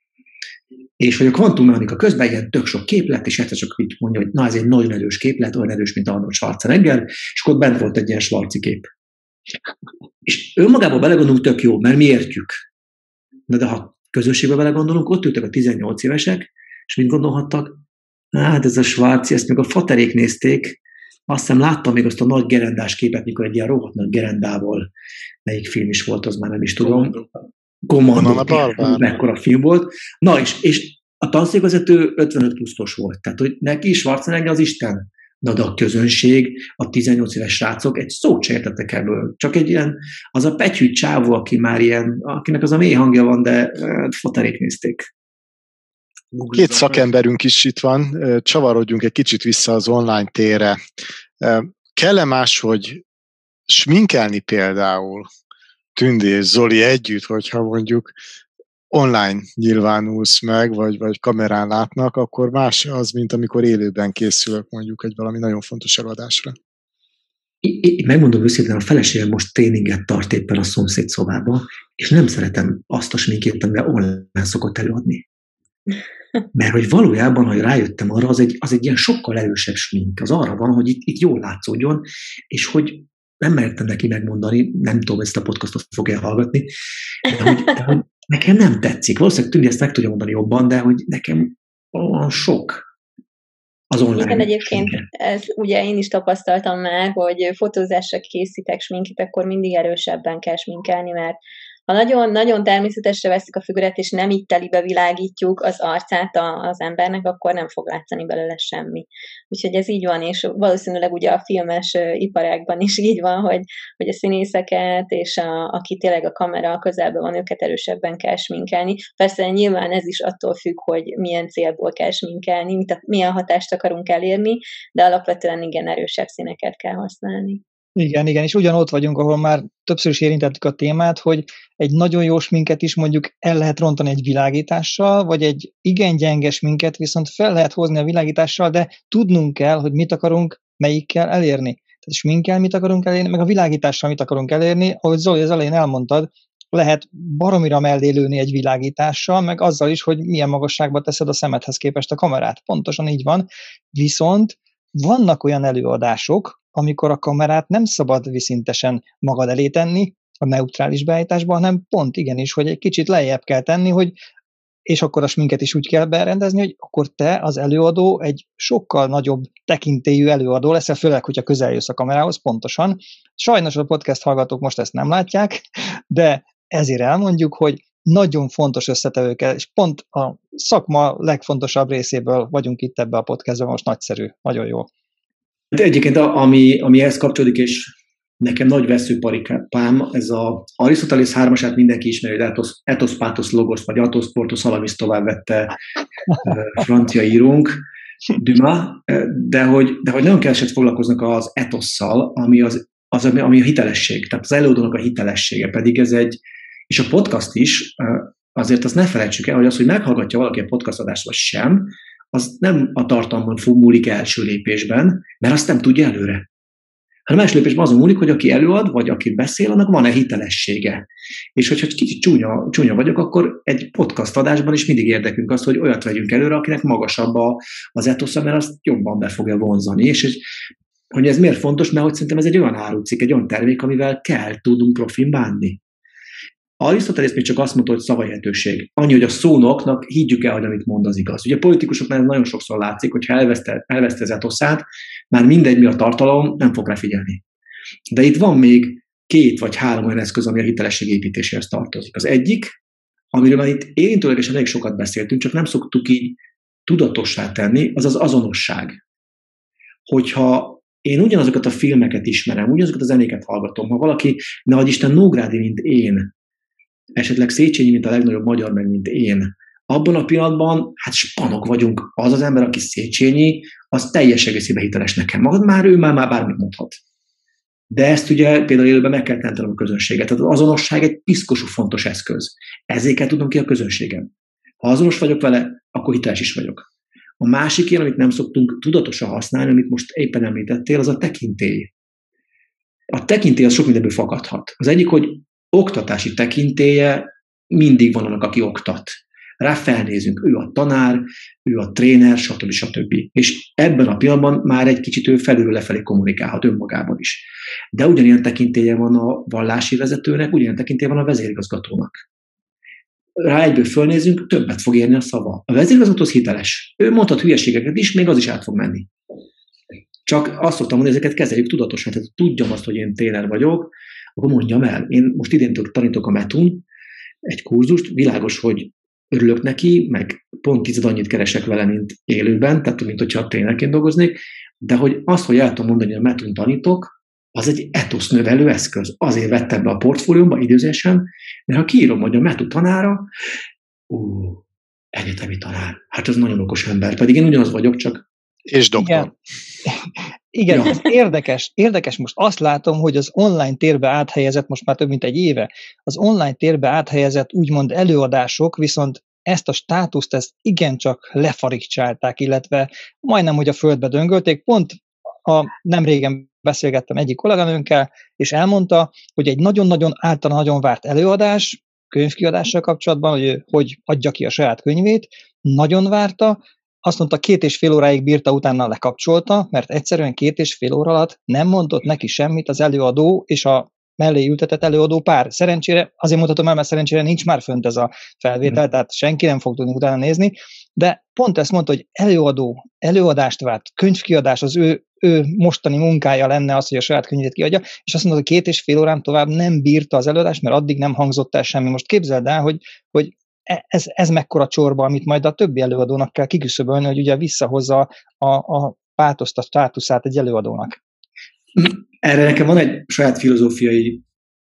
és hogy a kvantummechanika közben ilyen tök sok képlet, és egyszer csak így mondja, hogy na ez egy nagyon erős képlet, olyan erős, mint Arnold Schwarzenegger, és akkor bent volt egy ilyen Schwarzi kép. És önmagában belegondolunk, tök jó, mert mi értjük. Na de ha közösségbe belegondolunk, ott ültek a tizennyolc évesek, és mit gondolhattak? Hát ez a Schwarzi, ezt még a faterék nézték, azt hiszem láttam még azt a nagy gerendás képet, mikor egy ilyen rohadt nagy gerendával, melyik film is volt, az már nem is tudom. Kommandó. Mekkora film volt. Na és, és a tanszékvezető ötvenöt pluszos volt. Tehát, hogy neki Schwarzenegger az Isten. Na, de a közönség, a tizennyolc éves srácok egy szót se értettek ebből. Csak egy ilyen, az a petyű csávó, aki már ilyen, akinek az a mély hangja van, de foterék nézték. Két szakemberünk is itt van, csavarodjunk egy kicsit vissza az online térre. Kell-e máshogy sminkelni például Tündi és Zoli együtt, hogyha mondjuk online nyilvánulsz meg, vagy, vagy kamerán látnak, akkor más az, mint amikor élőben készülök mondjuk egy valami nagyon fontos előadásra. Én megmondom őszintén, a feleségem most tréninget tart éppen a szomszéd szobában, és nem szeretem azt a sminkét, amivel online szokott előadni. Mert hogy valójában, ha rájöttem arra, az egy, az egy ilyen sokkal erősebb smink. Az arra van, hogy itt, itt jól látszódjon, és hogy nem mertem neki megmondani, nem tudom, ezt a podcastot fogja hallgatni, de hogy, de hogy nekem nem tetszik. Valószínűleg Tündi ezt meg tudja mondani jobban, de hogy nekem olyan sok az online. Igen, egyébként ez, ugye én is tapasztaltam már, hogy fotózásra készítek sminket, akkor mindig erősebben kell sminkelni, mert ha nagyon, nagyon természetesre veszik a figurát, és nem így telibe világítjuk az arcát az embernek, akkor nem fog látszani belőle semmi. Úgyhogy ez így van, és valószínűleg ugye a filmes iparágban is így van, hogy, hogy a színészeket, és a, aki tényleg a kamera közelben van, őket erősebben kell sminkelni. Persze nyilván ez is attól függ, hogy milyen célból kell sminkelni, milyen hatást akarunk elérni, de alapvetően igen erősebb színeket kell használni. Igen, igen, és ugyanott vagyunk, ahol már többször is érintettük a témát, hogy egy nagyon jó sminket is mondjuk el lehet rontani egy világítással, vagy egy igen gyenge sminket viszont fel lehet hozni a világítással, de tudnunk kell, hogy mit akarunk melyikkel elérni. Tehát sminkkel mit akarunk elérni, meg a világítással mit akarunk elérni, ahogy Zoli az elején elmondtad, lehet baromira mellé lőni egy világítással, meg azzal is, hogy milyen magasságba teszed a szemedhez képest a kamerát. Pontosan így van, viszont vannak olyan előadások, amikor a kamerát nem szabad viszintesen magad elé tenni a neutrális beállításban, hanem pont igenis, hogy egy kicsit lejjebb kell tenni, hogy, és akkor a sminket is úgy kell berendezni, hogy akkor te az előadó egy sokkal nagyobb tekintélyű előadó leszel, főleg, hogyha közel jössz a kamerához, pontosan. Sajnos a podcast hallgatók most ezt nem látják, de ezért elmondjuk, hogy nagyon fontos összetevőkkel, és pont a szakma legfontosabb részéből vagyunk itt ebbe a podcastban, most nagyszerű, nagyon jó. De egyébként, ami, ami ehhez kapcsolódik, és nekem nagy veszőparipám, ez az Arisztotelész hármasát mindenki ismeri, de ethos, ethos pathos logos, vagy ethos portos alamis tovább vette francia írónk, Dumas, de hogy, de hogy nagyon keveset foglalkoznak az etosszal, ami, az, az, ami a hitelesség, tehát az előadónak a hitelessége, pedig ez egy, és a podcast is, azért azt ne felejtsük el, hogy az, hogy meghallgatja valaki a podcast adást, vagy sem, az nem a tartalmon múlik első lépésben, mert azt nem tudja előre. Hanem első lépésben azon múlik, hogy aki előad, vagy aki beszél, annak van-e hitelessége. És hogyha kicsit csúnya, csúnya vagyok, akkor egy podcast adásban is mindig érdekünk azt, hogy olyat vegyünk előre, akinek magasabb a, az etosza, mert azt jobban be fogja vonzani. És, és hogy ez miért fontos, mert hogy szerintem ez egy olyan árucikk, egy olyan termék, amivel kell tudunk profin bánni. Arisztotelész még csak azt mondta, hogy szavahihetőség. Annyi, hogy a szónoknak higgyük el, hogy amit mond, az igaz. Ugye a politikusoknál ez nagyon sokszor látszik, hogy ha elveszte, elveszte az etoszát, már mindegy, mi a tartalom, nem fog rá figyelni. De itt van még két vagy három olyan eszköz, ami a hitelesség építéséhez tartozik. Az egyik, amiről már itt érintőlegesen elég sokat beszéltünk, csak nem szoktuk így tudatossá tenni, az az azonosság. Hogyha én ugyanazokat a filmeket ismerem, ugyanazokat a zenéket hallgatom, ha valaki, nehogy Isten Nógrádi, mint én, esetleg Széchenyi, mint a legnagyobb magyar, meg mint én, abban a pillanatban, hát spanok vagyunk. Az az ember, aki Széchenyi, az teljes egészében hiteles nekem. Magad már ő már, már bármit mondhat. De ezt ugye például élőben meg kell tentenem a közönséget. Tehát az azonosság egy piszkosú fontos eszköz. Ezért kell tudnom ki a közönségem. Ha azonos vagyok vele, akkor hiteles is vagyok. A másik ilyen, amit nem szoktunk tudatosan használni, amit most éppen említettél, az a tekintély. A tekintély az sok mindenből fakadhat. Az egyik, hogy oktatási tekintélye mindig van annak, aki oktat. Rá felnézünk, ő a tanár, ő a tréner, stb. stb. És ebben a pillanatban már egy kicsit ő felülről lefelé kommunikálhat önmagában is. De ugyanilyen tekintélye van a vallási vezetőnek, ugyanilyen tekintélye van a vezérigazgatónak. Rá egyből fölnézünk, többet fog érni a szava. A vezérigazgató az hiteles. Ő mondhat hülyeségeket is, még az is át fog menni. Csak azt szoktam mondani, ezeket kezeljük tudatosan, tehát tudjam azt, hogy én tréner vagyok, akkor mondjam el. Én most idéntől tanítok a Metun egy kurzust, világos, hogy örülök neki, meg pont tízed annyit keresek vele, mint élőben, tehát mint hogyha trénerként dolgoznék, de hogy azt, hogy el tudom mondani, hogy a Metun tanítok, az egy etosz növelő eszköz. Azért vettem be a portfóliómba időzésen, mert ha kiírom, hogy a Metu tanára, ú, egyetemi tanár, hát ez nagyon okos ember, pedig én ugyanaz vagyok, csak és doktor. Igen, Igen Ja. ez érdekes, érdekes. Most azt látom, hogy az online térbe áthelyezett, most már több mint egy éve, az online térbe áthelyezett úgymond előadások, viszont ezt a státuszt, ezt igencsak lefarigcsálták, illetve majdnem, hogy a földbe döngölték. Pont a, nem régen beszélgettem egyik kolléganőnkkel, és elmondta, hogy egy nagyon-nagyon által nagyon várt előadás, könyvkiadással kapcsolatban, hogy ő hogy adja ki a saját könyvét, nagyon várta, azt mondta, két és fél óráig bírta, utána lekapcsolta, mert egyszerűen két és fél óra alatt nem mondott neki semmit az előadó és a mellé ültetett előadó pár. Szerencsére, azért mondhatom el, mert szerencsére nincs már fönt ez a felvétel, mm. tehát senki nem fog tudni utána nézni, de pont ezt mondta, hogy előadó, előadást várt, könyvkiadás, az ő, ő mostani munkája lenne az, hogy a saját könyvét kiadja, és azt mondta, hogy két és fél órán tovább nem bírta az előadást, mert addig nem hangzott el semmi. Most képzeld el, hogy, hogy Ez, ez mekkora csorba, amit majd a többi előadónak kell kiküszöbölni, hogy ugye visszahozza a, a pátoszt, a státuszát egy előadónak. Erre nekem van egy saját filozófiai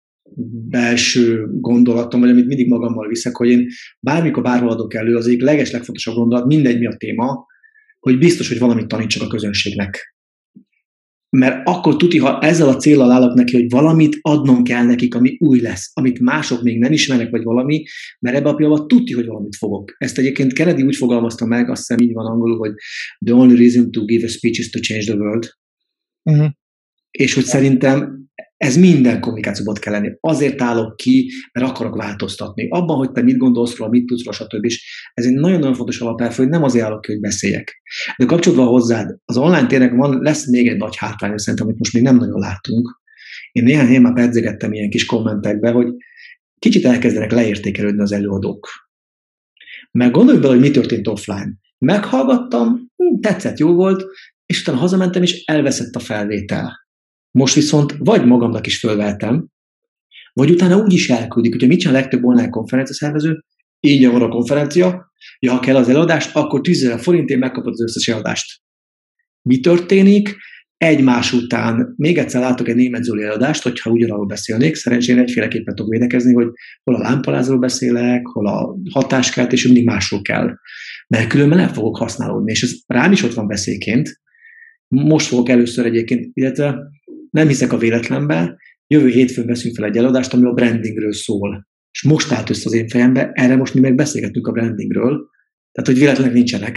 belső gondolatom, vagy amit mindig magammal viszek, hogy én bármikor bárhol adok elő, az egyik legeslegfontosabb gondolat, mindegy mi a téma, hogy biztos, hogy valamit tanítsak a közönségnek. Mert akkor tuti, ha ezzel a céllal állok neki, hogy valamit adnom kell nekik, ami új lesz, amit mások még nem ismernek, vagy valami, mert ebbe a pillanatban tuti, hogy valamit fogok. Ezt egyébként Kennedy úgy fogalmazta meg, azt hiszem így van angolul, hogy the only reason to give a speech is to change the world. Uh-huh. És hogy szerintem ez minden kommunikációban kell lenni. Azért állok ki, mert akarok változtatni. Abban, hogy te mit gondolsz róla, mit tudsz róla, stb. Ez egy nagyon-nagyon fontos alapelv, hogy nem azért állok ki, hogy beszéljek. De kapcsolódva hozzád, az online térnek van, lesz még egy nagy hátránya, szerintem, amit most még nem nagyon látunk. Én néhány helyen már pedzegettem ilyen kis kommentekbe, hogy kicsit elkezdenek leértékelődni az előadók. Mert gondolj bele, hogy mi történt offline. Meghallgattam, tetszett, jó volt, és utána hazamentem, és elveszett a felvétel. Most viszont vagy magamnak is fölvettem, vagy utána úgy is elküldik, hogyha mit csinál a legtöbb online konferencia szervező, ingyen van a konferencia, ja, ha kell az előadást, akkor tízezer forintért megkapod az összes előadást. Mi történik? Egymás után még egyszer látok egy német Zoli előadást, hogyha ugyanarról beszélnék, szerencsére egyféleképpen tudok védekezni, hogy hol a lámpalázról beszélek, hol a hatáskát, és mindig másról kell. Mert különben nem fogok használódni, és ez rám is ott van veszélyként. Most fogok először egyébként, illetve nem hiszek a véletlenbe, jövő hétfőn veszünk fel egy előadást, ami a brandingről szól. És most állt össze az én fejembe, erre most mi meg beszélgetünk a brandingről, tehát hogy véletlenek nincsenek.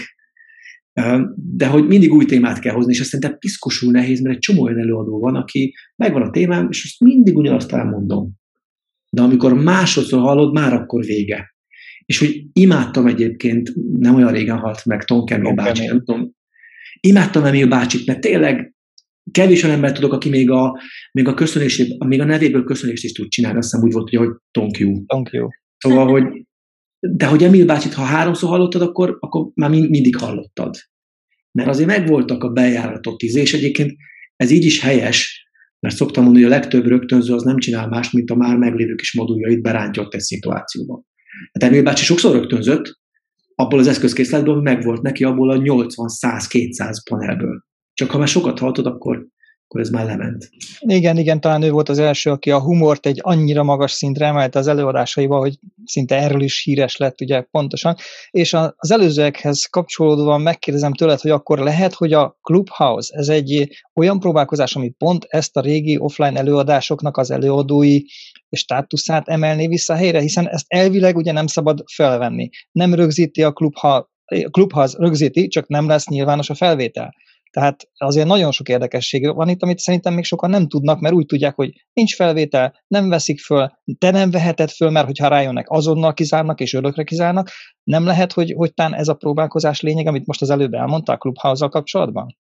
De hogy mindig új témát kell hozni, és azt szerintem piszkosul nehéz, mert egy csomó olyan előadó van, aki megvan a témám, és azt mindig ugyanazt elmondom. De amikor másodszor hallod, már akkor vége. És hogy imádtam egyébként, nem olyan régen halt meg Tonk Emil bácsi, nem tudom. Imádtam Emil bácsit, mert tényleg kevés olyan embert tudok, aki még a, még a köszönésében, még a nevéből köszönést is tud csinálni. Azt hiszem úgy volt, hogy Thank you. Thank you. Szóval, hogy de hogy Emil bácsit, ha háromszor hallottad, akkor, akkor már mindig hallottad. Mert azért megvoltak a bejáratott tíz, és egyébként ez így is helyes, mert szoktam mondani, hogy a legtöbb rögtönző az nem csinál más, mint a már meglévő kis moduljait berántja egy szituációba. Hát Emil bácsi sokszor rögtönzött, abból az eszközkészletből megvolt neki abból a nyolcvan, száz, kétszáz panelből. Csak ha már sokat hallottad, akkor, akkor ez már lement. Igen, igen, talán ő volt az első, aki a humort egy annyira magas szintre emelte az előadásaiba, hogy szinte erről is híres lett, ugye pontosan. És az előzőekhez kapcsolódóan megkérdezem tőled, hogy akkor lehet, hogy a Clubhouse, ez egy olyan próbálkozás, ami pont ezt a régi offline előadásoknak az előadói státuszát emelné vissza a helyre, hiszen ezt elvileg ugye nem szabad felvenni. Nem rögzíti a Clubhouse, Clubhouse rögzíti, csak nem lesz nyilvános a felvétel. Tehát azért nagyon sok érdekesség van itt, amit szerintem még sokan nem tudnak, mert úgy tudják, hogy nincs felvétel, nem veszik föl, te nem veheted föl, mert hogyha rájönnek, azonnal kizárnak és örökre kizárnak. Nem lehet, hogy, hogy tán ez a próbálkozás lényeg, amit most az előbb elmondtál a Clubhouse-zal kapcsolatban?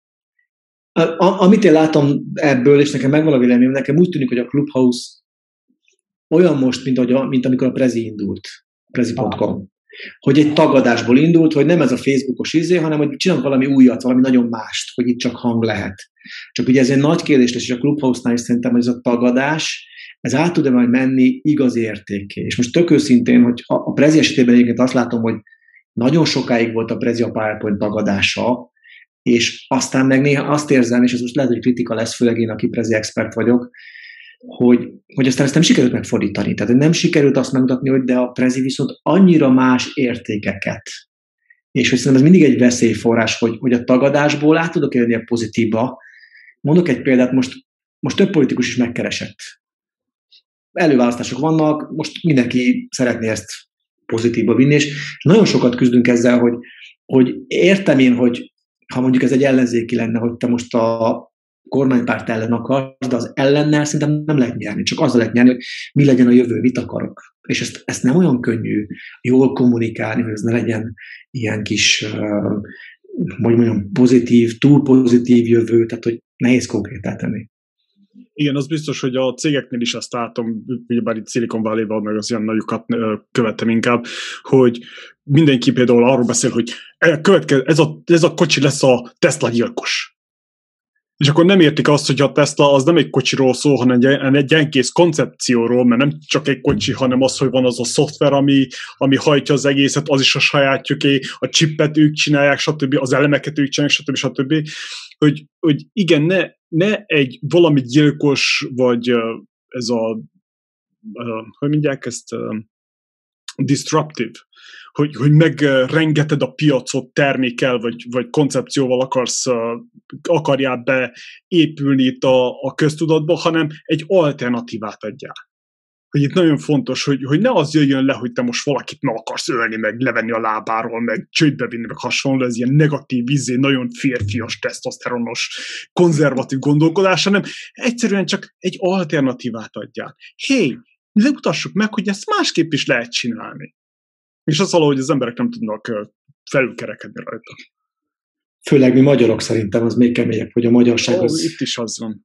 A, amit én látom ebből, és nekem megvan a véleményem, nekem úgy tűnik, hogy a Clubhouse olyan most, mint, ahogy, mint amikor a Prezi indult, prezi pont com. Hogy egy tagadásból indult, hogy nem ez a Facebookos izé, hanem hogy csinálunk valami újat, valami nagyon mást, hogy itt csak hang lehet. Csak ugye ez egy nagy kérdés lesz, és a Clubhouse-nál is szerintem, hogy ez a tagadás, ez át tud-e majd menni igazi értékké. És most tök őszintén, hogy a Prezi esetében egyébként azt látom, hogy nagyon sokáig volt a Prezi a PowerPoint tagadása, és aztán meg néha azt érzem, és ez most lehet, hogy kritika lesz, főleg én, aki Prezi expert vagyok, hogy, hogy aztán ezt nem sikerült megfordítani. Tehát nem sikerült azt megmutatni, hogy de a Prezi viszont annyira más értékeket. És hogy szerintem ez mindig egy veszélyforrás, hogy, hogy a tagadásból át tudok élni a pozitívba. Mondok egy példát, most, most több politikus is megkeresett. Előválasztások vannak, most mindenki szeretné ezt pozitívba vinni, és nagyon sokat küzdünk ezzel, hogy, hogy értem én, hogy ha mondjuk ez egy ellenzéki lenne, hogy te most a kormánypárt ellen akarsz, de az ellennel szerintem nem lehet nyerni, csak azzal lehet nyerni, hogy mi legyen a jövő, mit akarok. És ezt, ezt nem olyan könnyű jól kommunikálni, hogy ez ne legyen ilyen kis, hogy mondjam, pozitív, túl pozitív jövő, tehát hogy nehéz konkrétát tenni. Igen, az biztos, hogy a cégeknél is ezt látom, ugyebár itt Silicon Valley-ban, meg az ilyen nagyokat követtem inkább, hogy mindenki például arról beszél, hogy ez a, ez a kocsi lesz a Tesla gyilkos. És akkor nem értik azt, hogy a Tesla az nem egy kocsiról szól, hanem egy egész koncepcióról, mert nem csak egy kocsi, hanem az, hogy van az a szoftver, ami, ami hajtja az egészet, az is a sajátjuké, a chipet ők csinálják, stb., az elemeket ők csinálják, stb. stb. Hogy, hogy igen, ne, ne egy valami gyilkos, vagy ez a, uh, hogy mondják ezt, uh, disruptive, hogy, hogy megrengeted a piacot termékkel, vagy, vagy koncepcióval akarsz, uh, akarjál beépülni itt a, a köztudatba, hanem egy alternatívát adjál. Hogy itt nagyon fontos, hogy, hogy ne az jöjjön le, hogy te most valakit meg akarsz ölni, meg levenni a lábáról, meg csődbe vinni, meg hasonló, ez ilyen negatív, izé, nagyon férfias, tesztoszteronos, konzervatív gondolkodás, hanem egyszerűen csak egy alternatívát adjál. Hé, lemutassuk meg, hogy ezt másképp is lehet csinálni. És az valahogy az emberek nem tudnak felülkerekedni rajta. Főleg mi magyarok szerintem, az még keményebb, hogy a magyarság oh, az... Itt is az van.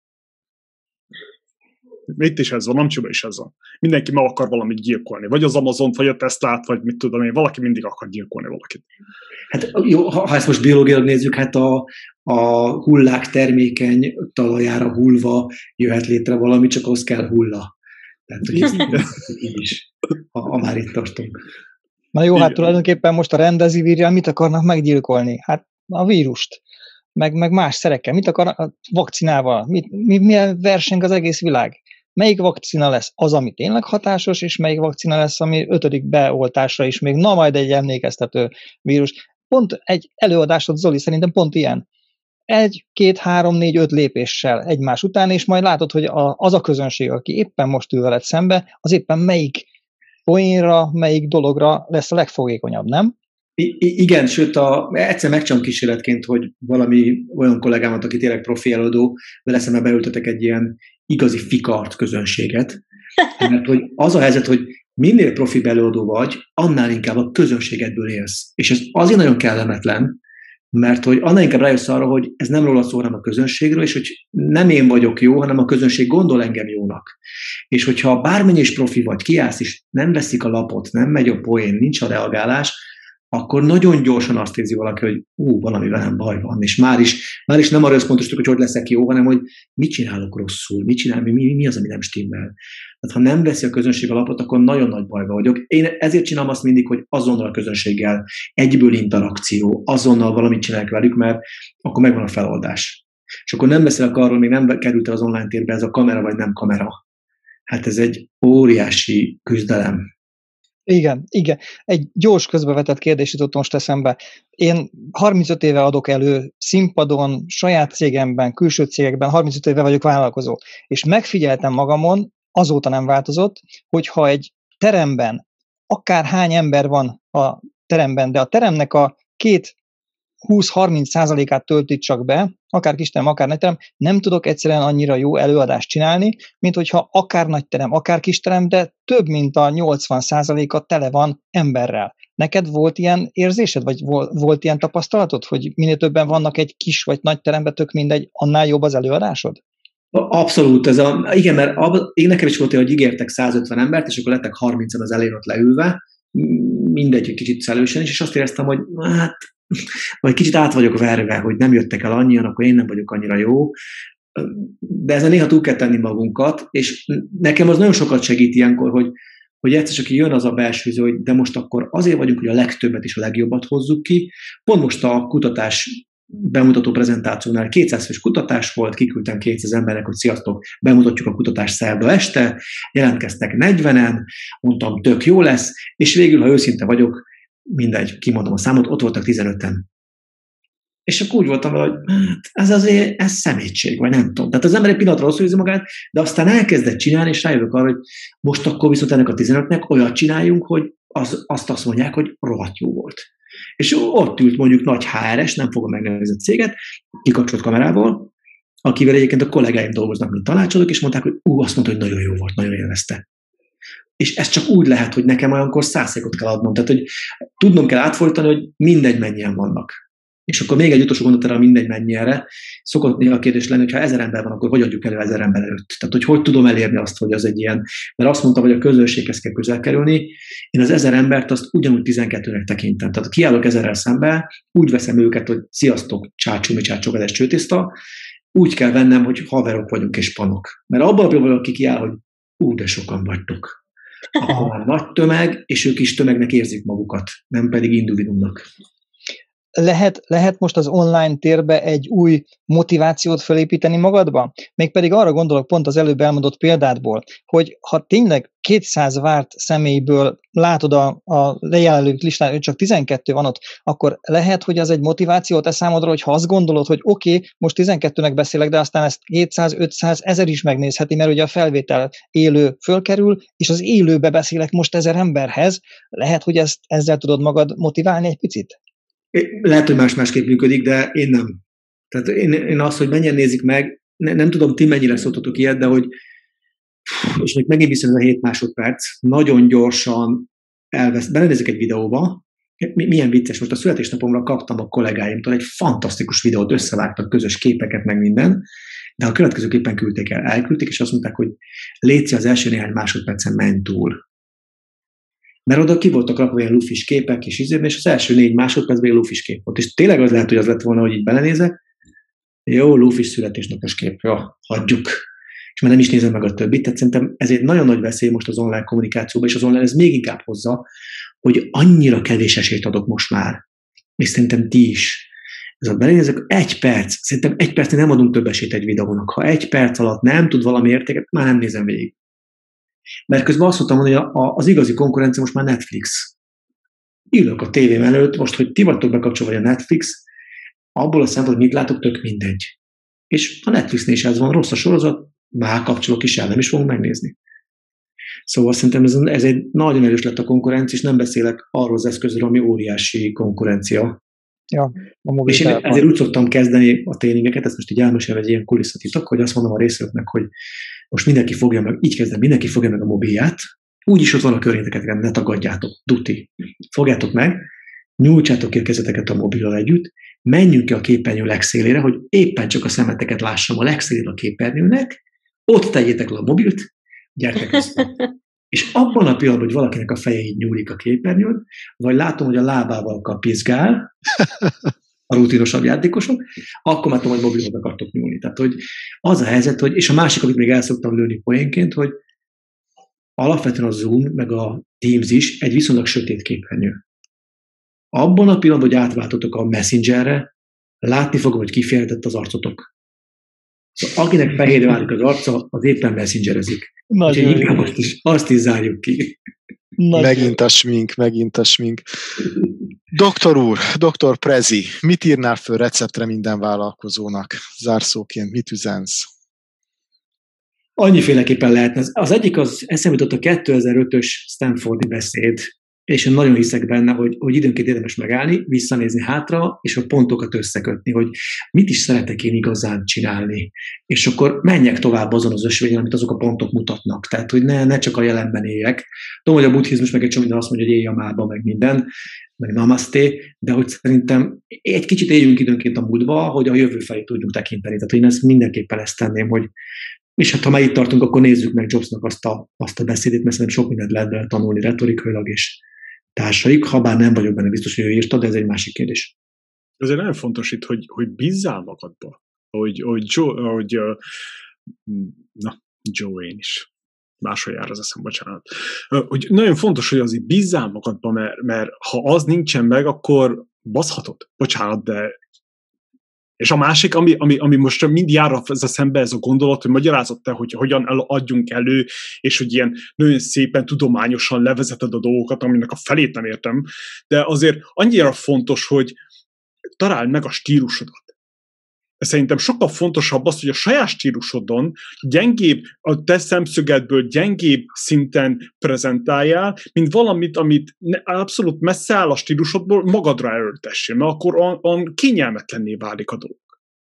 Itt is ez van, Amcsiba is ez van. Mindenki meg akar valamit gyilkolni. Vagy az Amazont, vagy a Teslát, vagy mit tudom én, valaki mindig akar gyilkolni valakit. Hát jó, ha, ha ezt most biológiailag nézzük, hát a, a hullák termékeny talajára hullva jöhet létre valami, csak az kell hulla. Tehát, hogy ez így is, ha, ha már itt tartunk. Na jó, hát tulajdonképpen most a rendezvírjel mit akarnak meggyilkolni? Hát a vírust, meg, meg más szerekkel. Mit akarnak a vakcinával? Mit, mi, milyen verseng az egész világ? Melyik vakcina lesz az, ami tényleg hatásos, és melyik vakcina lesz, ami ötödik beoltásra is még, na majd egy emlékeztető vírus. Pont egy előadásod, Zoli, szerintem pont ilyen. Egy, két, három, négy, öt lépéssel egymás után, és majd látod, hogy a, az a közönség, aki éppen most ül veled szembe, az éppen melyik poénra, melyik dologra lesz a legfogékonyabb, nem? I- igen, sőt, a, egyszer megcsinálom kísérletként, hogy valami olyan kollégámat, aki tényleg profi előadó, vele szemben beültetek egy ilyen igazi fikart közönséget, mert hogy az a helyzet, hogy minél profi előadó vagy, annál inkább a közönségedből élsz. És ez azért nagyon kellemetlen, mert hogy annál inkább rájössz arra, hogy ez nem róla szól, hanem a közönségről, és hogy nem én vagyok jó, hanem a közönség gondol engem jónak. És hogyha bármennyi is profi vagy, kiállsz, és nem veszik a lapot, nem megy a poén, nincs a reagálás, akkor nagyon gyorsan azt érzi valaki, hogy ú, valami velem baj van, és már is, már is nem arra összpontosítok, hogy hogy leszek jó, hanem hogy mit csinálok rosszul, mit csinál, mi, mi, mi az, ami nem stimmel. Tehát ha nem veszi a közönség alapot, akkor nagyon nagy bajba vagyok. Én ezért csinálom azt mindig, hogy azonnal a közönséggel egyből interakció, azonnal valamit csinálok velük, mert akkor megvan a feloldás. És akkor nem beszélek arról, még nem került el az online térbe ez a kamera vagy nem kamera. Hát ez egy óriási küzdelem. Igen, igen. Egy gyors közbevetett kérdés jutott most eszembe. Én harmincöt éve adok elő színpadon, saját cégemben, külső cégekben, harmincöt éve vagyok vállalkozó, és megfigyeltem magamon, azóta nem változott, hogyha egy teremben akár hány ember van a teremben, de a teremnek a két húsz-harminc százalékát töltít csak be, akár kisterem, akár nagyterem, nem tudok egyszerűen annyira jó előadást csinálni, mint hogyha akár nagyterem, akár kisterem, de több mint a nyolcvan százaléka tele van emberrel. Neked volt ilyen érzésed, vagy volt ilyen tapasztalatod, hogy minél többen vannak egy kis vagy nagy teremben, tök mindegy, annál jobb az előadásod? Abszolút, ez a, igen, mert ab, én nekem is volt olyan, hogy ígértek százötven embert, és akkor lettek harmincan az elején ott leülve, mindegy, egy kicsit szelősen is, és azt éreztem, hogy hát vagy kicsit át vagyok verve, hogy nem jöttek el annyian, akkor én nem vagyok annyira jó. De ezen néha túl kell tenni magunkat, és nekem az nagyon sokat segít ilyenkor, hogy, hogy egyszer csak jön az a belső, hogy de most akkor azért vagyunk, hogy a legtöbbet és a legjobbat hozzuk ki. Pont most a kutatás bemutató prezentációnál kétszáz fős kutatás volt, kiküldtem kétszáz embernek, hogy sziasztok, bemutatjuk a kutatást szerda este, jelentkeztek negyvenen, mondtam, tök jó lesz, és végül, ha őszinte vagyok, mindegy, kimondom a számot, ott voltak tizenöten. És akkor úgy voltam, hogy hát ez azért, ez szemétség, vagy nem tudom. Tehát az ember egy pillanatra rosszul érzi magát, de aztán elkezdett csinálni, és rájövök arra, hogy most akkor viszont ennek a tizenötnek olyat csináljunk, hogy az, azt azt mondják, hogy rohadt jó volt. És ott ült mondjuk nagy há er es, nem fogom megnevezni a céget, kikapcsolt kamerával, akivel egyébként a kollégáim dolgoznak, mint tanácsadók, és mondták, hogy ú, azt mondta, hogy nagyon jó volt, nagyon élvezte. És ez csak úgy lehet, hogy nekem olyankor százszékot kell adnom. Tehát, hogy tudnom kell átfordítani, hogy mindegy mennyien vannak. És akkor még egy utolsó gondot erre a mindegy mennyire. Szokott néha a kérdés lenni, hogy ha ezer ember van, akkor hogy adjuk elő ezer ember előtt? Tehát, hogy hogy tudom elérni azt, hogy az egy ilyen, mert azt mondtam, hogy a közönséghez kell közel kerülni. Én az ezer embert azt ugyanúgy tizenkettőnek tekintem. Tehát kiállok ezerrel szembe, úgy veszem őket, hogy sziasztok, csácsú, mi csácsogedés csőtiszta, úgy kell vennem, hogy haverok vagyunk és panok. Mert abban a pillanatban, aki kiáll, hogy ú, de sokan vagytok. Akkor már nagy tömeg, és ők is tömegnek érzik magukat, nem pedig individuumnak. Lehet, lehet most az online térbe egy új motivációt felépíteni magadba? Mégpedig arra gondolok pont az előbb elmondott példádból, hogy ha tényleg kétszáz várt személyből látod a, a lejelölők listán, hogy csak tizenkettő van ott, akkor lehet, hogy az egy motiváció te számodra, hogy ha azt gondolod, hogy oké, okay, most tizenkettőnek beszélek, de aztán ezt kétszáz, ötszáz, ezer is megnézheti, mert ugye a felvétel élő fölkerül, és az élőbe beszélek most ezer emberhez, lehet, hogy ezt, ezzel tudod magad motiválni egy picit? Lehet, hogy más-másképp működik, de én nem. Tehát én, én azt, hogy mennyien nézik meg, ne, nem tudom, ti mennyire szóltatok ilyet, de hogy, és még megint viszont a hét másodperc, nagyon gyorsan elvesz, belenézek egy videóba, milyen vicces, most a születésnapomra kaptam a kollégáimtól egy fantasztikus videót, összevágtak közös képeket, meg minden, de a következőképpen küldték el, elküldték, és azt mondták, hogy létszi az első néhány másodpercen ment túl. Mert oda ki voltak rakva ilyen lufis képek és izében, és az első négy másodpercben egy lufis kép volt. És tényleg az lehet, hogy az lett volna, hogy így belenézek, jó, lufis születésnapos kép, jó, hagyjuk. És már nem is nézem meg a többit. Tehát szerintem ez egy nagyon nagy veszély most az online kommunikációban, és az online ez még inkább hozza, hogy annyira kevés esélyt adok most már. És szerintem ti is. Ez a belenézek, egy perc, szerintem egy percnél nem adunk több esélyt egy videónak. Ha egy perc alatt nem tud valami értéket, már nem nézem végig. Mert közben azt mondtam, hogy az igazi konkurencia most már Netflix. Ülök a tévém előtt, most, hogy ti vagytok bekapcsolva, vagy a Netflix, abból a szempontból, mit látok, tök mindegy. És a Netflixnél is ez van, rossz a sorozat, már kapcsolok is el, nem is fogom megnézni. Szóval szerintem ez, ez egy nagyon erős lett a konkurencia, és nem beszélek arról az eszközről, ami óriási konkurencia. Ja, és én ezért úgy szoktam kezdeni a tréningeket, ezt most így elmesélem egy ilyen kulisszatitok, hogy azt mondom a részvevőknek, hogy most mindenki fogja meg, így kezdem, mindenki fogja meg a mobilját, úgyis ott van a környékeket, ne tagadjátok, duti. Fogjátok meg, nyújtsátok ki a kezeteket a mobillal együtt, menjünk ki a képernyő legszélére, hogy éppen csak a szemeteket lássam a legszélére a képernyőnek, ott tegyétek le a mobilt, gyertek össze. És abban a pillanatban, hogy valakinek a feje így nyúlik a képernyőn, vagy látom, hogy a lábával kapizsgál, a rutinosabb játékosok, akkor már tudom, hogy mobilot akartok nyúlni. Tehát, hogy az a helyzet, hogy, és a másik, amit még el szoktam lőni poénként, hogy alapvetően a Zoom, meg a Teams is egy viszonylag sötét képernyő. Abban a pillanatban, hogy átváltotok a Messengerre, látni fogom, hogy kifejezett az arcotok. Szóval akinek fehérre válik az arca, az éppen messengerezik. Úgyhogy inkább azt is, azt is zárjuk ki. Nagyon megint a smink, megint a smink. Doktor úr, doktor Prezi, mit írnál föl receptre minden vállalkozónak? Zárszóként mit üzensz? Annyiféleképpen lehetne. Az egyik az eszembe jutott a kétezer-ötös Stanfordi beszéd, és én nagyon hiszek benne, hogy, hogy időnként érdemes megállni, visszanézni hátra, és a pontokat összekötni, hogy mit is szeretek én igazán csinálni. És akkor menjek tovább azon az ösvényen, amit azok a pontok mutatnak. Tehát, hogy ne, ne csak a jelenben éljek. Tudom, hogy a buddhizmus meg egy csomó minden azt mondja, hogy élj a mába, meg minden, meg namaste, de hogy szerintem egy kicsit éljünk időnként a múltba, hogy a jövő felé tudjunk tekinteni. Tehát én ezt mindenképpen ezt tenném, hogy és hát ha már itt tartunk, akkor nézzük meg Jobsnak azt a, azt a beszédét, mert szerintem sok mindent lehet bele tanulni retorikailag és társaik, ha bár nem vagyok benne biztos, hogy ő írta, de ez egy másik kérdés. Ezért nagyon fontos itt, hogy, hogy bízzál magadba. Hogy, hogy, Joe, hogy na, Joe én is. Máshol jár az eszem, bocsánat. Hogy nagyon fontos, hogy azért bízzál magadba, mert, mert ha az nincsen meg, akkor baszhatod. Bocsánat, de és a másik, ami, ami, ami most mind jár ez a szembe, ez a gondolat, hogy magyarázott te, hogy hogyan adjunk elő, és hogy ilyen nagyon szépen, tudományosan levezeted a dolgokat, aminek a felét nem értem, de azért annyira fontos, hogy találd meg a stílusodat. Szerintem sokkal fontosabb az, hogy a saját stílusodon gyengébb, a te szemszögedből gyengébb szinten prezentáljál, mint valamit, amit abszolút messze áll a stílusodból, magadra erőltessél, mert akkor a, a kényelmetlenné válik a dolog.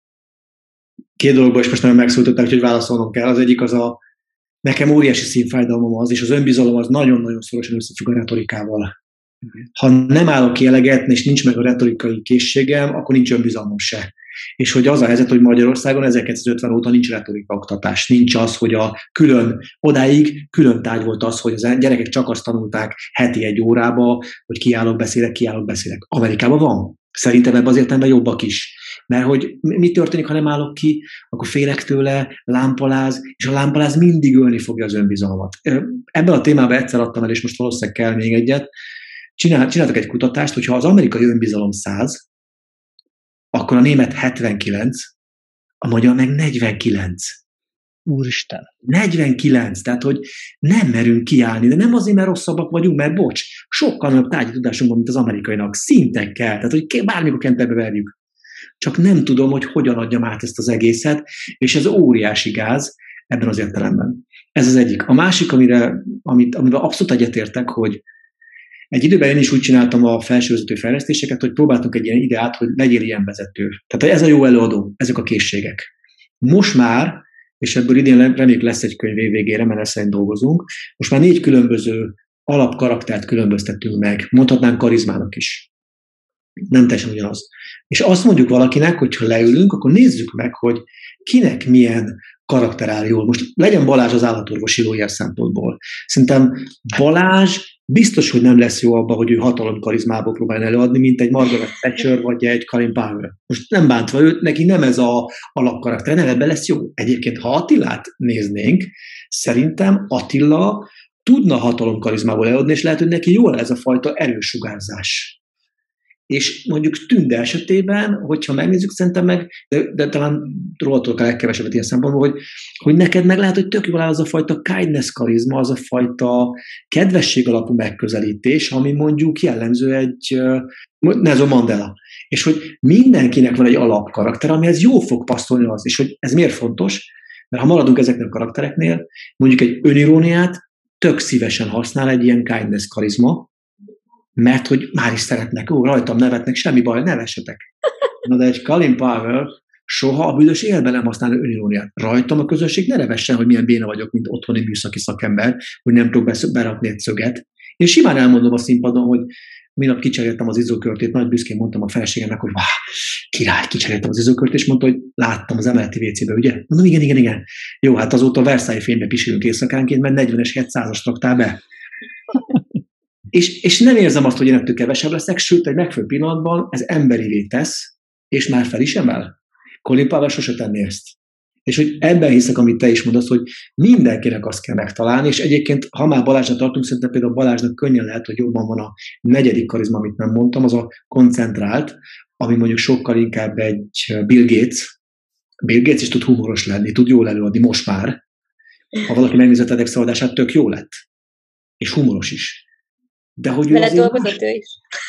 Két dologban is most nagyon megszólították, hogy válaszolnom kell. Az egyik az a, nekem óriási színfájdalmam az, és az önbizalom az nagyon-nagyon szorosan összefügg a retorikával. Ha nem állok ki elegetni, és nincs meg a retorikai készségem, akkor nincs önbizalmam se. És hogy az a helyzet, hogy Magyarországon ezerkilencszázötven óta nincs retorika oktatás. Nincs az, hogy a külön, odáig külön tárgy volt az, hogy az gyerekek csak azt tanulták heti egy órába, hogy kiállok, beszélek, kiállok, beszélek. Amerikában van. Szerintem ebben az értelemben jobbak is. Mert hogy mi történik, ha nem állok ki, akkor félek tőle, lámpaláz, és a lámpaláz mindig ölni fogja az önbizalmat. Ebben a témában egyszer adtam el, és most valószínűleg kell még egyet. Csinál, csináltak egy kutatást, hogyha az amerikai önbizalom száz, akkor a német hetvenkilenc, a magyar meg negyvenkilenc. Úristen. negyvenkilenc, tehát hogy nem merünk kiállni, de nem azért, mert rosszabbak vagyunk, mert bocs, sokkal nagyobb tárgyi tudásunk van, mint az amerikainak, szintekkel, tehát hogy bármikor kenterbe verjük. Csak nem tudom, hogy hogyan adjam át ezt az egészet, és ez óriási gáz ebben az értelemben. Ez az egyik. A másik, amire, amit, amivel abszolút egyetértek, hogy egy időben én is úgy csináltam a felsővezető fejlesztéseket, hogy próbáltunk egy ilyen ideát, hogy legyél ilyen vezető. Tehát ez a jó előadó, ezek a készségek. Most már, és ebből idén reméljük lesz egy könyv év végére, mert ezt szerint dolgozunk, most már négy különböző alapkaraktert különböztettünk meg. Mondhatnánk karizmának is. Nem teljesen ugyanaz. És azt mondjuk valakinek, hogy ha leülünk, akkor nézzük meg, hogy kinek milyen karakter áll jól. Most legyen Balázs az állatorvosi ilyen szempontból. Szerintem Balázs biztos, hogy nem lesz jó abban, hogy ő hatalom karizmából próbál előadni, mint egy Margaret Thatcher vagy egy Colin Powell. Most nem bántva őt, neki nem ez a alapkarakter, nem ebben lesz jó. Egyébként, ha Attilát néznénk, szerintem Attila tudna hatalom karizmából előadni, és lehet, hogy neki jól ez a fajta erősugárzás. És mondjuk Tünde esetében, hogyha megnézzük, szerintem meg, de, de talán róla tudok a legkevesebbet ilyen szempontból, hogy, hogy neked meg lehet, hogy tök jól áll az a fajta kindness karizma, az a fajta kedvesség alapú megközelítés, ami mondjuk jellemző egy Nelson Mandela. És hogy mindenkinek van egy alapkarakter, amihez jó fog passzolni az. És hogy ez miért fontos? Mert ha maradunk ezeknél a karaktereknél, mondjuk egy öniróniát tök szívesen használ egy ilyen kindness karizma, mert hogy már is szeretnek, ó, rajtam nevetnek, semmi baj, nevessetek. Na de egy Colin Powell soha a büdös életben nem használ öniróniát. Rajtam a közönség ne nevessen, hogy milyen béna vagyok, mint otthoni műszaki szakember, hogy nem tudok berakni egy szöget. Én simán elmondom a színpadon, hogy minap kicseréltem az izzókörtét, nagy büszkén mondtam a feleségemnek, hogy vá, király, kicseréltem az izzókörtét, és mondta, hogy láttam az emeleti vécébe, ugye? Mondom, igen, igen, igen. Jó, hát azóta Versailles fénybe pisilünk éjszakánként, mert negyvenes hetszázas raktál be. És, és nem érzem azt, hogy én ettől kevesebb leszek, sőt, egy megfelelő pillanatban ez emberivé tesz, és már fel is emel. Colin Powell sose tenné ezt. És hogy ebben hiszek, amit te is mondasz, hogy mindenkinek azt kell megtalálni, és egyébként, ha már Balázsra tartunk, szerintem például Balázsnak könnyen lehet, hogy jobban van a negyedik karizma, amit nem mondtam, az a koncentrált, ami mondjuk sokkal inkább egy Bill Gates. Bill Gates is tud humoros lenni, tud jól előadni most már. Ha valaki megnézett a TEDx előadását, tök jó lett. És humoros is. De hogy ő Vele dolgozott ő is.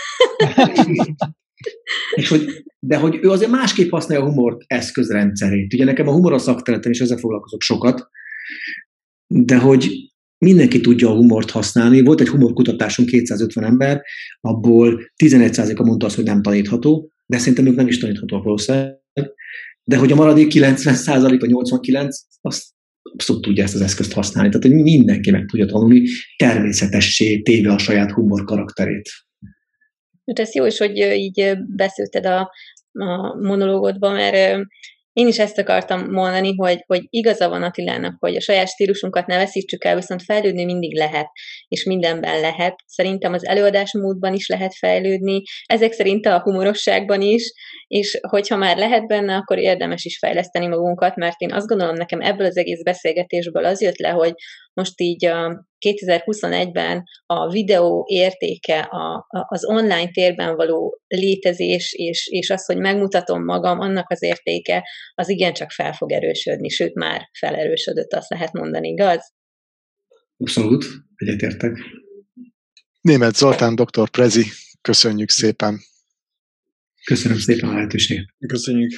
És hogy, de hogy ő azért másképp használja a humort eszközrendszerét. Ugye nekem a humor a szakterületen, és ezzel foglalkozok sokat, de hogy mindenki tudja a humort használni. Volt egy humorkutatásunk, kétszázötven ember, abból tizenegy százaléka mondta azt, hogy nem tanítható, de szerintem ők nem is taníthatóak valószínűleg. De hogy a maradék kilencven százalék, vagy nyolcvankilenc százalék, azt abszolút tudja ezt az eszközt használni. Tehát, hogy mindenki meg tudja tanulni, természetessé téve a saját humor karakterét. Ez jó is, hogy így beszélted a, a monológodban, mert Én is ezt akartam mondani, hogy, hogy igaza van Attilának, hogy a saját stílusunkat ne veszítsük el, viszont fejlődni mindig lehet, és mindenben lehet. Szerintem az előadásmódban is lehet fejlődni, ezek szerint a humorosságban is, és hogyha már lehet benne, akkor érdemes is fejleszteni magunkat, mert én azt gondolom, nekem ebből az egész beszélgetésből az jött le, hogy most így a kétezer-huszonegyben a videó értéke, a, a, az online térben való létezés, és, és az, hogy megmutatom magam, annak az értéke, az igencsak fel fog erősödni, sőt már felerősödött, azt lehet mondani, igaz? Abszolút, egyetértek. Németh Zoltán, doktor Prezi, köszönjük szépen. Köszönöm szépen a lehetőséget. Köszönjük.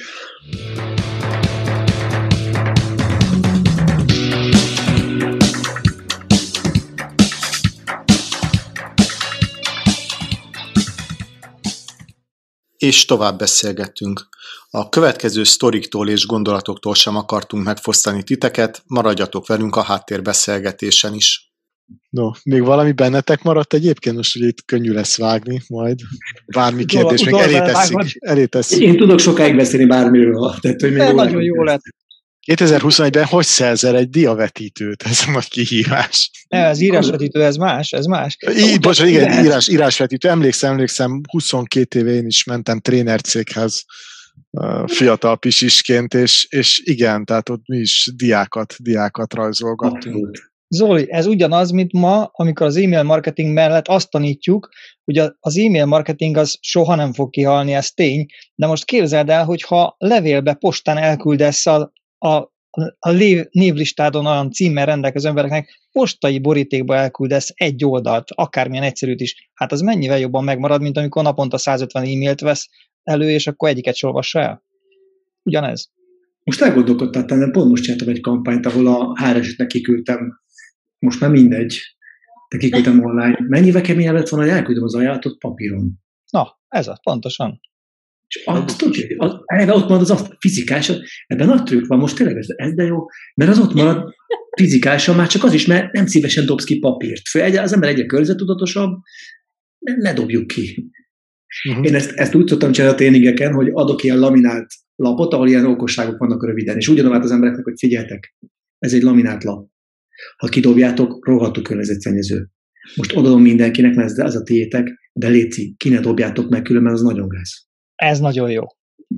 És tovább beszélgettünk. A következő sztoriktól és gondolatoktól sem akartunk megfosztani titeket, maradjatok velünk a háttérbeszélgetésen is. No, még valami bennetek maradt egyébként? Most ugye itt könnyű lesz vágni majd. Bármi kérdés, még elé tesszük. Elé tesszük. Én tudok sokáig beszélni bármiről. Tehát, hogy még nagyon jó lett. kétezer-huszonegyben hogy szerzel egy diavetítőt? Ez a nagy kihívás. Ne, az írásvetítő, ez más, ez más. Így, bocsánat, igen, írás, írásvetítő. Emlékszem, emlékszem, huszonkét éve én is mentem trénercéghez fiatal pisisként, és, és igen, tehát ott mi is diákat, diákat rajzolgattunk. Zoli, ez ugyanaz, mint ma, amikor az e-mail marketing mellett azt tanítjuk, hogy az e-mail marketing az soha nem fog kihalni, ez tény, de most képzeld el, hogyha levélbe, postán elküldesz a, a, a névlistádon olyan címmel rendelkező embereknek, postai borítékba elküldesz egy oldalt, akármilyen egyszerűt is, hát az mennyivel jobban megmarad, mint amikor naponta százötven e-mailt vesz elő, és akkor egyiket se olvassa el. Ugyanez. Most elgondolkodtál, nem pont most csináltam egy kampányt, ahol a há er es-nek kiküldtem, most már mindegy, de kiküldtem online. Mennyivel keményebb lett volna, hogy elküldöm az ajánlatot papíron? Na, ez az, pontosan. És azt tudja, az, ott marad az azt fizikálisan, ebben nagy trükk van, most tényleg ez, ez de jó, mert az ott marad fizikálisan, már csak az is, mert nem szívesen dobsz ki papírt. Föl, az ember egyre környezettudatosabb, ne, ne dobjuk ki. Uh-huh. Én ezt, ezt úgy szoktam csinálni a tréningeken, hogy adok ilyen laminált lapot, ahol ilyen okosságok vannak röviden, és úgy adom át az embereknek, hogy figyeltek, ez egy laminált lap. Ha kidobjátok, rohadtul környezetszennyező. Most odaadom mindenkinek, mert ez az a tiétek, de létszik, ki ne dobjátok meg, különben az nagyon gáz. Ez nagyon jó.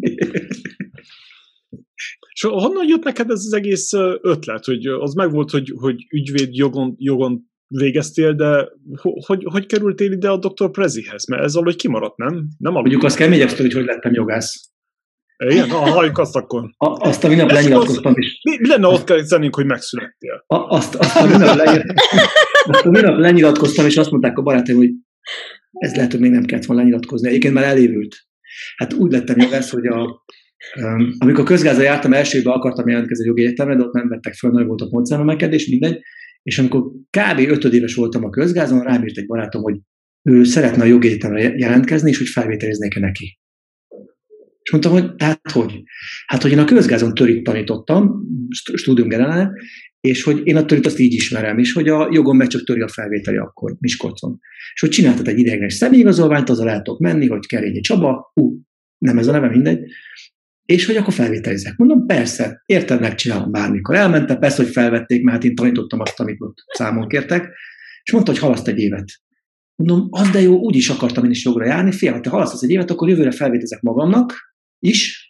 És honnan jött neked ez az egész ötlet, hogy az megvolt, hogy, hogy ügyvéd jogon, jogon végeztél, de hogy, hogy kerültél ide a doktor Prezihez? Mert ez valahogy kimaradt, nem? nem Mondjuk az keményebb sztori, hogy lettem jogász. Igen, halljuk azt akkor. A, azt a minap lenyilatkoztam is. Mi, mi lenne ott kezdenünk, hogy megszülettél? A, azt, azt, a minap lenyilat, azt a minap lenyilatkoztam, és azt mondták a barátaim, hogy ez lehet, hogy még nem kellett volna lenyilatkozni. Egyébként már elévült. Hát úgy lettem jogász, hogy a, um, amikor közgázra jártam, első évben akartam jelentkezni a jogi egyetemre, de ott nem vettek föl, nagy volt a pontszámemelkedés, mindegy. És amikor kb. ötödéves voltam a közgázon, rám írt egy barátom, hogy ő szeretne a jogi egyetemre jelentkezni, és hogy felvételiznék-e neki. És mondtam, hogy hát hogy? Hát, hogy én a közgázon törit tanítottam, stúdium generale, és hogy én a törit azt így ismerem, és hogy a jogon meg csak töri a felvételi akkor Miskolcon. És hogy csináltat egy ideiglenes személyigazolványt, azzal el tudok menni, hogy Kerényi Csaba, hú, nem ez a neve, mindegy, és hogy akkor felvételizek. Mondom, persze, érted, megcsinálom bármikor. Elmentem, persze, hogy felvették, mert hát én tanítottam azt, amit ott számon kértek, és mondta, hogy halaszt egy évet. Mondom, az de jó, úgy is akartam én is jogra járni, fél, ha te halasztasz egy évet, akkor jövőre felvételizek magamnak is,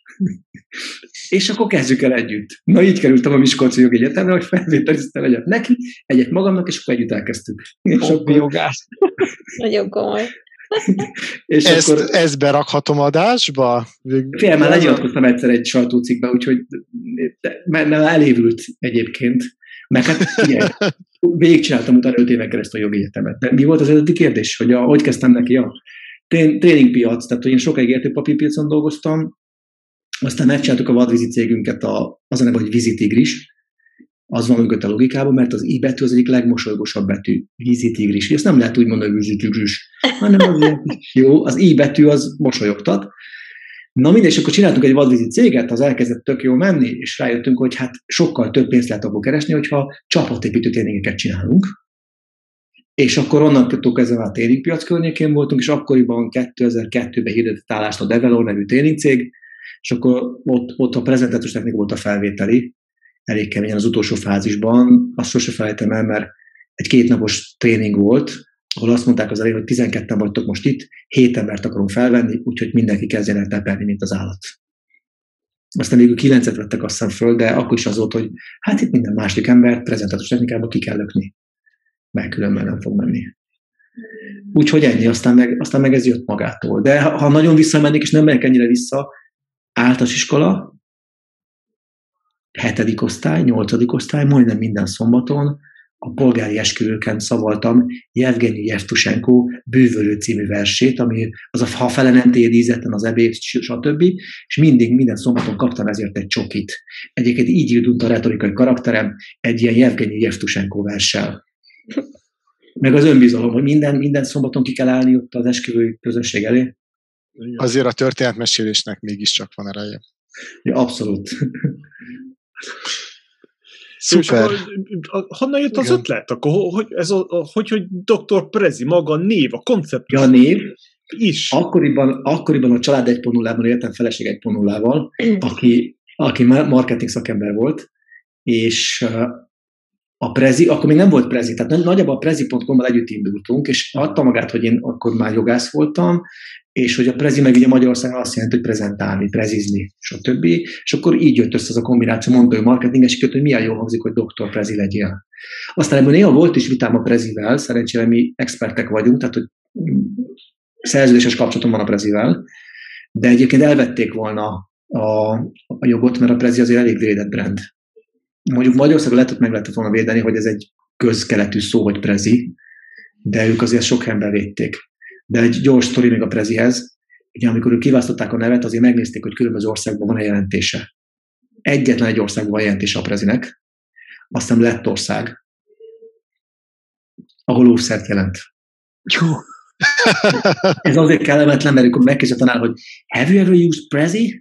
és akkor kezdjük el együtt. Na így kerültem a Miskolci Jogi Egyetemre, hogy felvételiztem egyet neki, egyet magamnak, és akkor együtt elkezdtük. Hobbi jogász. Nagyon komoly. És ezt, akkor... ezt berakhatom adásba? Fél, már lenyilatkoztam egyszer egy sajtócikkbe, úgyhogy mert elévült egyébként. Meg hát figyelj, végigcsináltam utána öt éven keresztül a jogi egyetemet. De mi volt az eredeti kérdés? Hogy a, hogy kezdtem neki? Ja. Tréningpiac, tehát hogy én sokáig értékpapírpiacon dolgoztam, aztán megcsináltuk a vadvízi cégünket, a, az a neve, hogy Vízitigris, az van mögött a logikában, mert az I betű az egyik legmosolygósabb betű, Vízitigris. Ezt nem lehet úgy mondani, hogy Vízitigris, hanem az jó, az I betű az mosolyogtat. Na mindegy, és akkor csináltunk egy vadvízi céget, az elkezdett tök jól menni, és rájöttünk, hogy hát sokkal több pénzt lehet abból keresni, hogyha csapatépítő tréningeket csinálunk. És akkor onnantól kezdve a tréningpiac környékén voltunk, és akkoriban kétezer-kettőben hirdetett állást a Develor nevű tréningcég, és akkor ott, ott a prezentációs technika volt a felvételi, elég keményen az utolsó fázisban, azt sose felejtem el, mert egy kétnapos tréning volt, ahol azt mondták az elején, hogy tizenketten vagytok most itt, hét embert akarunk felvenni, úgyhogy mindenki kezdjen el tepelni, mint az állat. Aztán végül kilencet vettek azt hiszem föl, de akkor is az volt, hogy hát itt minden második embert prezentációs technikába ki kell lökni, mert különben nem fog menni. Úgyhogy ennyi, aztán meg, aztán meg ez jött magától. De ha, ha nagyon visszamennék, és nem megyek ennyire vissza, általános iskola, hetedik osztály, nyolcadik osztály, majdnem minden szombaton a polgári esküvőken szavaltam Jevgenyi Jevtusenko Bűvölő című versét, ami az a ha fele nem téd ízetten az ebéd, stb. És mindig, minden szombaton kaptam ezért egy csokit. Egyébként így indult a retorikai karakterem egy ilyen Jevgenyi Jevtusenko verssel. Meg az önbizalom, hogy minden, minden szombaton ki kell állni ott az esküvői közönség elé. Azért a történetmesélésnek mégiscsak van ereje. Ja, abszolút. Szuper. Honnan jött az Igen. ötlet? Akkor hogy, ez a, a, hogy, hogy doktor Prezi, maga a név, a koncept Ja, a név. is. Akkoriban, akkoriban a család egy pont nullában éltem feleség egy pont nullával, aki, aki marketing szakember volt, és a Prezi, akkor még nem volt Prezi, tehát nagyjából a prezi pont com-mal együtt indultunk, és adta magát, hogy én akkor már jogász voltam, és hogy a Prezi meg ugye Magyarországon azt jelenti, hogy prezentálni, prezizni, stb. És akkor így jött össze az a kombináció, mondta ő marketinges, hogy milyen jól hangzik, hogy doktor Prezi legyél. Aztán ebből néha volt is vitám a Prezivel, szerencsére mi expertek vagyunk, tehát hogy szerződéses kapcsolatom van a Prezivel, de egyébként elvették volna a, a jogot, mert a Prezi azért elég védett brand. Mondjuk Magyarországon lehet, hogy meg lehetett volna védeni, hogy ez egy közkeletű szó, hogy Prezi, de ők azért sok helyen bevédték. De egy gyors sztori még a Prezihez, ugye amikor ők kiválasztották a nevet, azért megnézték, hogy különböző országban van-e jelentése. Egyetlen egy országban van jelentése a Prezinek, aztán lett ország, ahol óvszert jelent. Jó. Ez azért kellemetlen, mert amikor megkérdezett tanár, hogy have you ever used Prezi?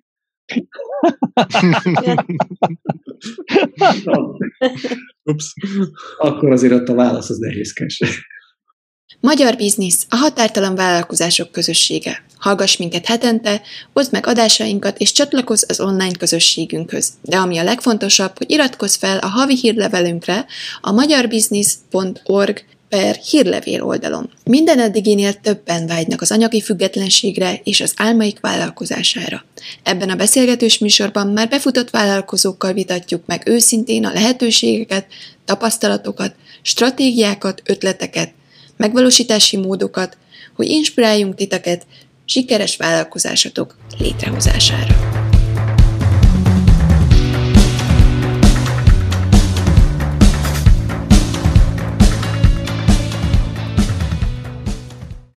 Ups. Akkor azért ott a válasz az nehézkes. Magyar Biznisz, a határtalan vállalkozások közössége. Hallgass minket hetente, oszd meg adásainkat és csatlakozz az online közösségünkhöz. De ami a legfontosabb, hogy iratkozz fel a havi hírlevelünkre a magyarbiznisz pont org per hírlevél oldalon. Minden eddiginél többen vágynak az anyagi függetlenségre és az álmaik vállalkozására. Ebben a beszélgetős műsorban már befutott vállalkozókkal vitatjuk meg őszintén a lehetőségeket, tapasztalatokat, stratégiákat, ötleteket, megvalósítási módokat, hogy inspiráljunk titeket sikeres vállalkozásatok létrehozására.